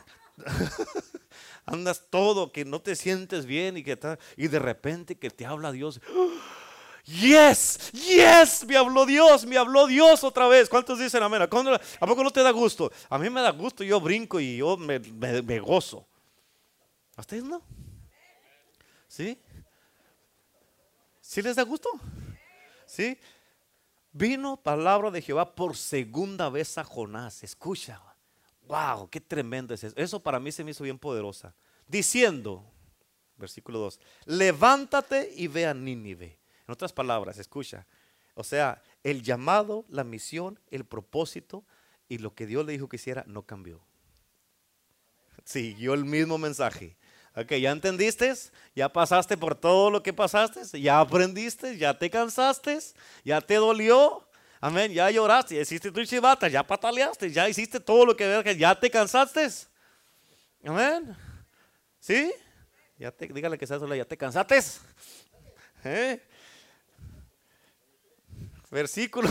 Andas todo que no te sientes bien y de repente que te habla Dios. Yes, yes, me habló Dios otra vez. ¿Cuántos dicen amén? ¿A poco no te da gusto? A mí me da gusto, yo brinco y yo me gozo. ¿A ustedes no? ¿Sí? ¿Sí les da gusto? ¿Sí? Vino palabra de Jehová por segunda vez a Jonás. Escucha. Wow, qué tremendo es eso. Eso para mí se me hizo bien poderosa. Diciendo, versículo 2, levántate y ve a Nínive. En otras palabras, escucha. O sea, el llamado, la misión, el propósito y lo que Dios le dijo que hiciera no cambió. Siguió el mismo mensaje. Ok, ¿ya entendiste? ¿Ya pasaste por todo lo que pasaste? ¿Ya aprendiste? ¿Ya te cansaste? ¿Ya te dolió? Amén, ya lloraste, ya hiciste tu chivata, ya pataleaste, ya hiciste todo lo que ya te cansaste. Amén. ¿Sí? Dígale que sea sola, ya te cansaste. ¿Eh? Versículo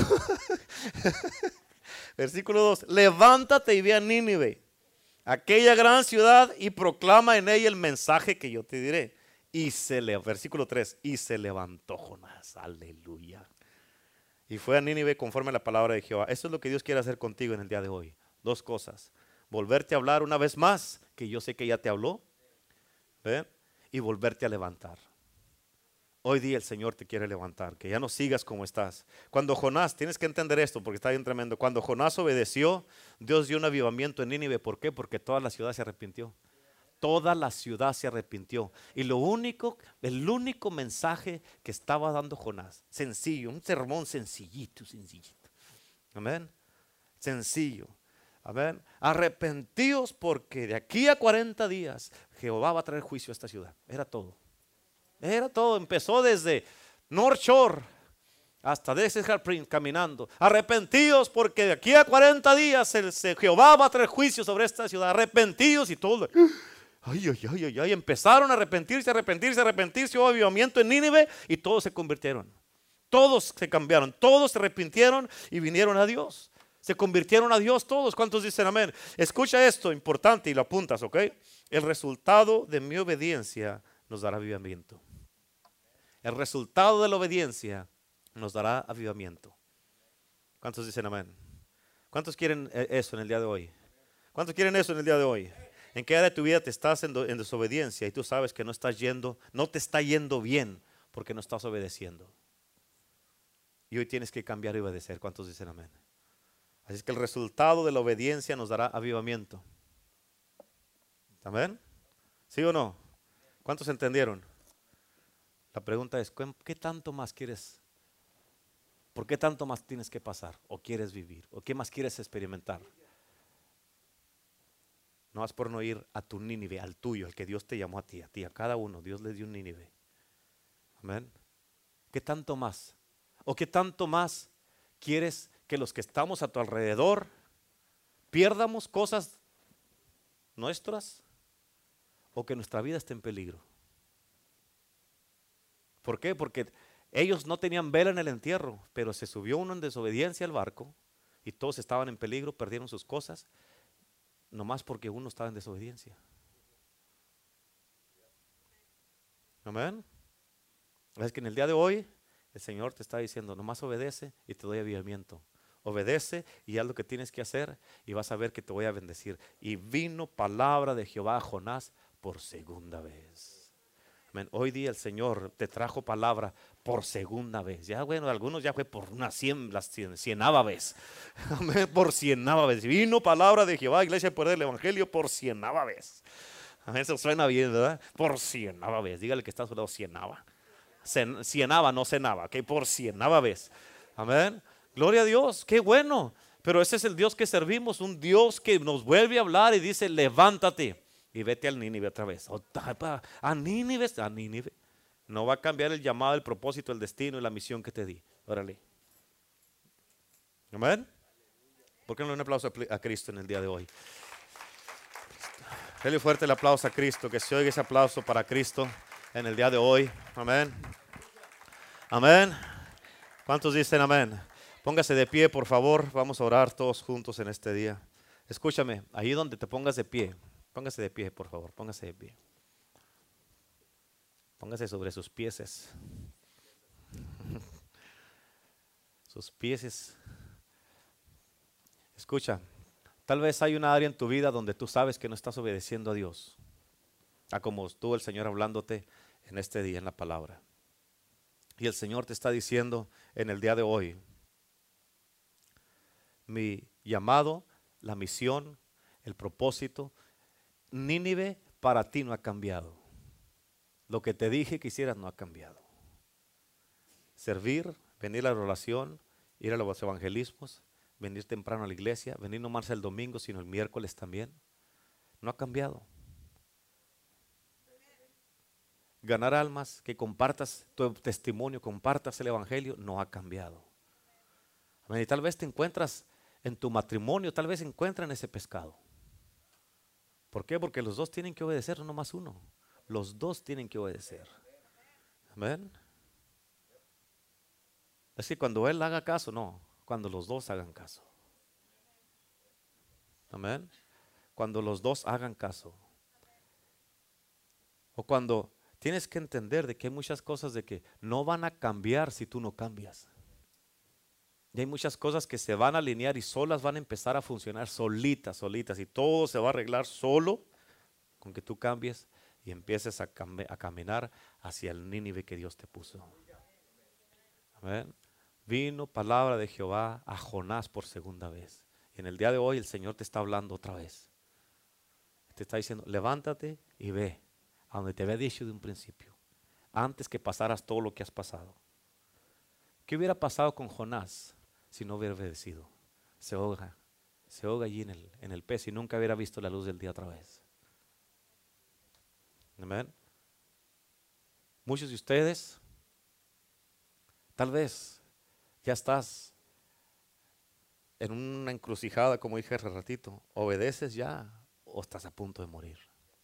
Versículo 2. Levántate y ve a Nínive, aquella gran ciudad, y proclama en ella el mensaje que yo te diré. Versículo 3. Y se levantó Jonás. Aleluya. Y fue a Nínive conforme a la palabra de Jehová. Eso es lo que Dios quiere hacer contigo en el día de hoy. Dos cosas. Volverte a hablar una vez más, que yo sé que ya te habló. ¿Ve? Y volverte a levantar. Hoy día el Señor te quiere levantar, que ya no sigas como estás. Cuando Jonás, tienes que entender esto porque está bien tremendo. Cuando Jonás obedeció, Dios dio un avivamiento en Nínive. ¿Por qué? Porque toda la ciudad se arrepintió. Toda la ciudad se arrepintió. Y el único mensaje que estaba dando Jonás, sencillo, un sermón sencillito. Amén. Sencillo. Amén. Arrepentíos porque de aquí a 40 días Jehová va a traer juicio a esta ciudad. Era todo. Era todo. Empezó desde North Shore hasta Desert Prince caminando. Arrepentíos porque de aquí a 40 días Jehová va a traer juicio sobre esta ciudad. Arrepentíos y todo. Ay. Empezaron a arrepentirse. Hubo avivamiento en Nínive y todos se convirtieron. Todos se cambiaron. Todos se arrepintieron y vinieron a Dios. Se convirtieron a Dios todos. ¿Cuántos dicen amén? Escucha esto, importante, y lo apuntas, ¿ok? El resultado de mi obediencia nos dará avivamiento. El resultado de la obediencia nos dará avivamiento. ¿Cuántos dicen amén? ¿Cuántos quieren eso en el día de hoy? ¿Cuántos quieren eso en el día de hoy? ¿En qué área de tu vida te estás en desobediencia y tú sabes que no te está yendo bien porque no estás obedeciendo? Y hoy tienes que cambiar y obedecer. ¿Cuántos dicen amén? Así es que el resultado de la obediencia nos dará avivamiento. ¿Amén? ¿Sí o no? ¿Cuántos entendieron? La pregunta es, ¿qué tanto más quieres? ¿Por qué tanto más tienes que pasar? ¿O quieres vivir? ¿O qué más quieres experimentar? No vas por no ir a tu Nínive, al tuyo, al que Dios te llamó a ti, a cada uno. Dios le dio un Nínive. Amén. ¿Qué tanto más? ¿O qué tanto más quieres que los que estamos a tu alrededor pierdamos cosas nuestras o que nuestra vida esté en peligro? ¿Por qué? Porque ellos no tenían vela en el entierro, pero se subió uno en desobediencia al barco y todos estaban en peligro, perdieron sus cosas, nomás porque uno estaba en desobediencia. Amén. Es que en el día de hoy el Señor te está diciendo, nomás obedece y te doy avivamiento. Obedece y haz lo que tienes que hacer y vas a ver que te voy a bendecir. Y vino palabra de Jehová a Jonás por segunda vez. Hoy día el Señor te trajo palabra por segunda vez. Ya bueno, algunos ya fue por una cienava vez. Amén, por cienava vez. Vino palabra de Jehová, iglesia, por el evangelio por cienava vez. Amén, eso suena bien, ¿verdad? Por cienava vez. Dígale que está a su lado, cienava. Cienava, no cenaba, ok, por cienava vez. Amén. Gloria a Dios, qué bueno. Pero ese es el Dios que servimos, un Dios que nos vuelve a hablar y dice, levántate y vete al Nínive otra vez. A Nínive, a Nínive. No va a cambiar el llamado, el propósito, el destino y la misión que te di. Órale. Amén. ¿Por qué no un aplauso a Cristo en el día de hoy? Dele fuerte el aplauso a Cristo, que se oiga ese aplauso para Cristo en el día de hoy. Amén. Amén. ¿Cuántos dicen amén? Póngase de pie, por favor. Vamos a orar todos juntos en este día. Escúchame, ahí donde te pongas de pie. Póngase de pie, por favor. Póngase de pie. Póngase sobre sus pies. Sus pies. Escucha, tal vez hay una área en tu vida donde tú sabes que no estás obedeciendo a Dios. A como estuvo el Señor hablándote en este día en la palabra. Y el Señor te está diciendo en el día de hoy, mi llamado, la misión, el propósito, Nínive para ti no ha cambiado. Lo que te dije que hicieras no ha cambiado. Servir, venir a la oración, ir a los evangelismos, venir temprano a la iglesia, venir no más el domingo, sino el miércoles también, no ha cambiado. Ganar almas, que compartas tu testimonio, compartas el evangelio, no ha cambiado. Y tal vez te encuentras en tu matrimonio, tal vez encuentran ese pescado. ¿Por qué? Porque los dos tienen que obedecer, no nomás uno. Los dos tienen que obedecer. Amén. Es que cuando él haga caso, no, cuando los dos hagan caso. Amén. Cuando los dos hagan caso. O cuando tienes que entender de que hay muchas cosas de que no van a cambiar si tú no cambias. Y hay muchas cosas que se van a alinear y solas van a empezar a funcionar solitas. Y todo se va a arreglar solo con que tú cambies y empieces a caminar hacia el Nínive que Dios te puso. Amén. Vino palabra de Jehová a Jonás por segunda vez. Y en el día de hoy el Señor te está hablando otra vez. Te está diciendo, levántate y ve a donde te había dicho de un principio. Antes que pasaras todo lo que has pasado. ¿Qué hubiera pasado con Jonás si no hubiera obedecido? Se ahoga allí en el pez y nunca hubiera visto la luz del día otra vez. Amén. Muchos de ustedes, tal vez ya estás en una encrucijada, como dije hace ratito. ¿Obedeces ya o estás a punto de morir?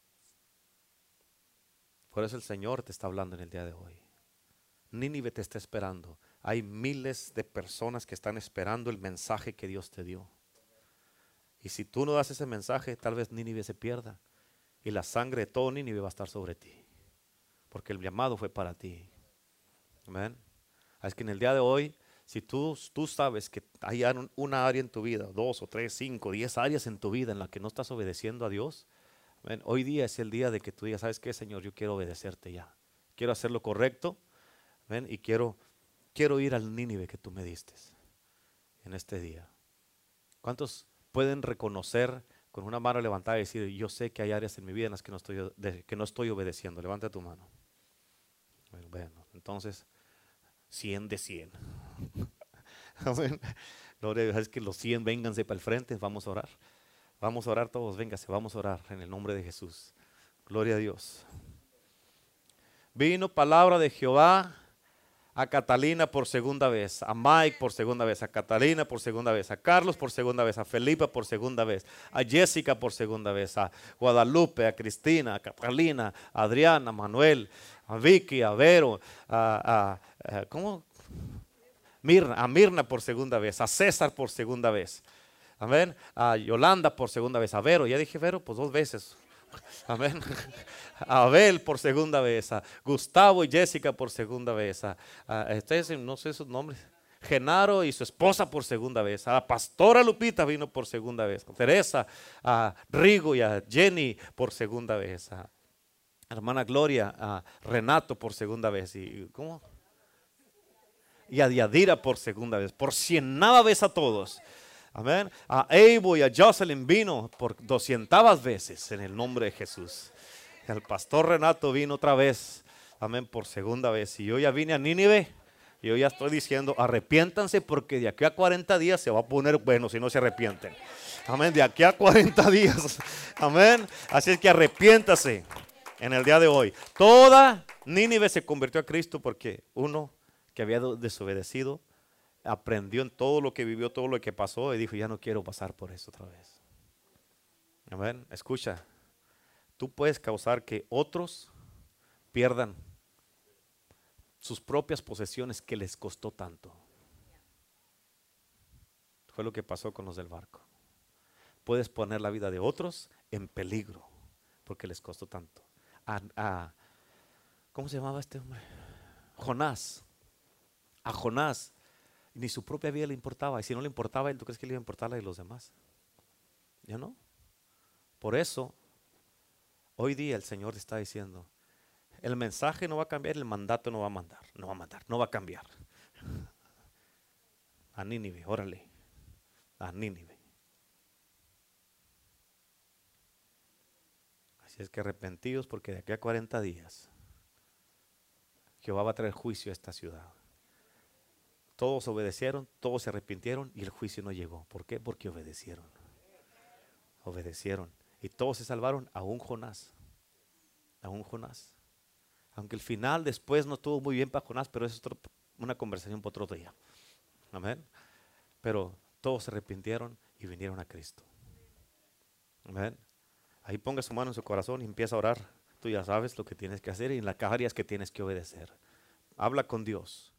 Por eso el Señor te está hablando en el día de hoy. Nínive te está esperando. Hay miles de personas que están esperando el mensaje que Dios te dio. Y si tú no das ese mensaje, tal vez Nínive se pierda. Y la sangre de todo Nínive va a estar sobre ti. Porque el llamado fue para ti. Amén. Es que en el día de hoy, si tú sabes que hay una área en tu vida, 2 o 3, 5, 10 áreas en tu vida en las que no estás obedeciendo a Dios, amén, hoy día es el día de que tú digas, ¿sabes qué, Señor? Yo quiero obedecerte ya. Quiero hacer lo correcto, amén, y quiero ir al Nínive que tú me diste en este día. ¿Cuántos pueden reconocer con una mano levantada y decir, yo sé que hay áreas en mi vida en las que no estoy obedeciendo? Levanta tu mano. Bueno, entonces 100 de 100. Amén. Gloria a Dios. Es que los 100 vénganse para el frente. Vamos a orar. Vamos a orar todos. Véngase. Vamos a orar en el nombre de Jesús. Gloria a Dios. Vino palabra de Jehová a Catalina por segunda vez, a Mike por segunda vez, a Catalina por segunda vez, a Carlos por segunda vez, a Felipa por segunda vez, a Jessica por segunda vez, a Guadalupe, a Cristina, a Catalina, a Adriana, a Manuel, a Vicky, a Vero, ¿cómo? A Mirna por segunda vez, a César por segunda vez, amén, a Yolanda por segunda vez, a Vero, ya dije Vero, pues 2 veces. Amén. A Abel por segunda vez, a Gustavo y Jessica por segunda vez, ustedes no sé sus nombres, Genaro y su esposa por segunda vez, a la pastora Lupita vino por segunda vez, a Teresa, a Rigo y a Jenny por segunda vez, a hermana Gloria, a Renato por segunda vez. ¿Cómo? Y a Yadira por segunda vez, por 100ª vez a todos. Amén. A Abel y a Jocelyn vino por 200 veces en el nombre de Jesús. El pastor Renato vino otra vez. Amén, por segunda vez. Y yo ya vine a Nínive. Y yo ya estoy diciendo, arrepiéntanse porque de aquí a 40 días se va a poner bueno si no se arrepienten. Amén, de aquí a 40 días. Amén. Así es que arrepiéntase en el día de hoy. Toda Nínive se convirtió a Cristo porque uno que había desobedecido aprendió en todo lo que vivió, todo lo que pasó y dijo, ya no quiero pasar por eso otra vez. Amén. Escucha, tú puedes causar que otros pierdan sus propias posesiones que les costó tanto. Fue lo que pasó con los del barco. Puedes poner la vida de otros en peligro porque les costó tanto. ¿Cómo se llamaba este hombre? Jonás. A Jonás ni su propia vida le importaba. Y si no le importaba, ¿tú crees que le iba a importar la de los demás? ¿Ya no? Por eso, hoy día el Señor está diciendo, el mensaje no va a cambiar, el mandato no va a cambiar. A Nínive, órale, a Nínive. Así es que arrepentidos porque de aquí a 40 días Jehová va a traer juicio a esta ciudad. Todos obedecieron, todos se arrepintieron y el juicio no llegó. ¿Por qué? Porque obedecieron. Obedecieron. Y todos se salvaron, aún Jonás. Aún Jonás. Aunque el final después no estuvo muy bien para Jonás, pero eso es una conversación para otro día. Amén. Pero todos se arrepintieron y vinieron a Cristo. Amén. Ahí ponga su mano en su corazón y empieza a orar. Tú ya sabes lo que tienes que hacer y en las áreas que tienes que obedecer. Habla con Dios.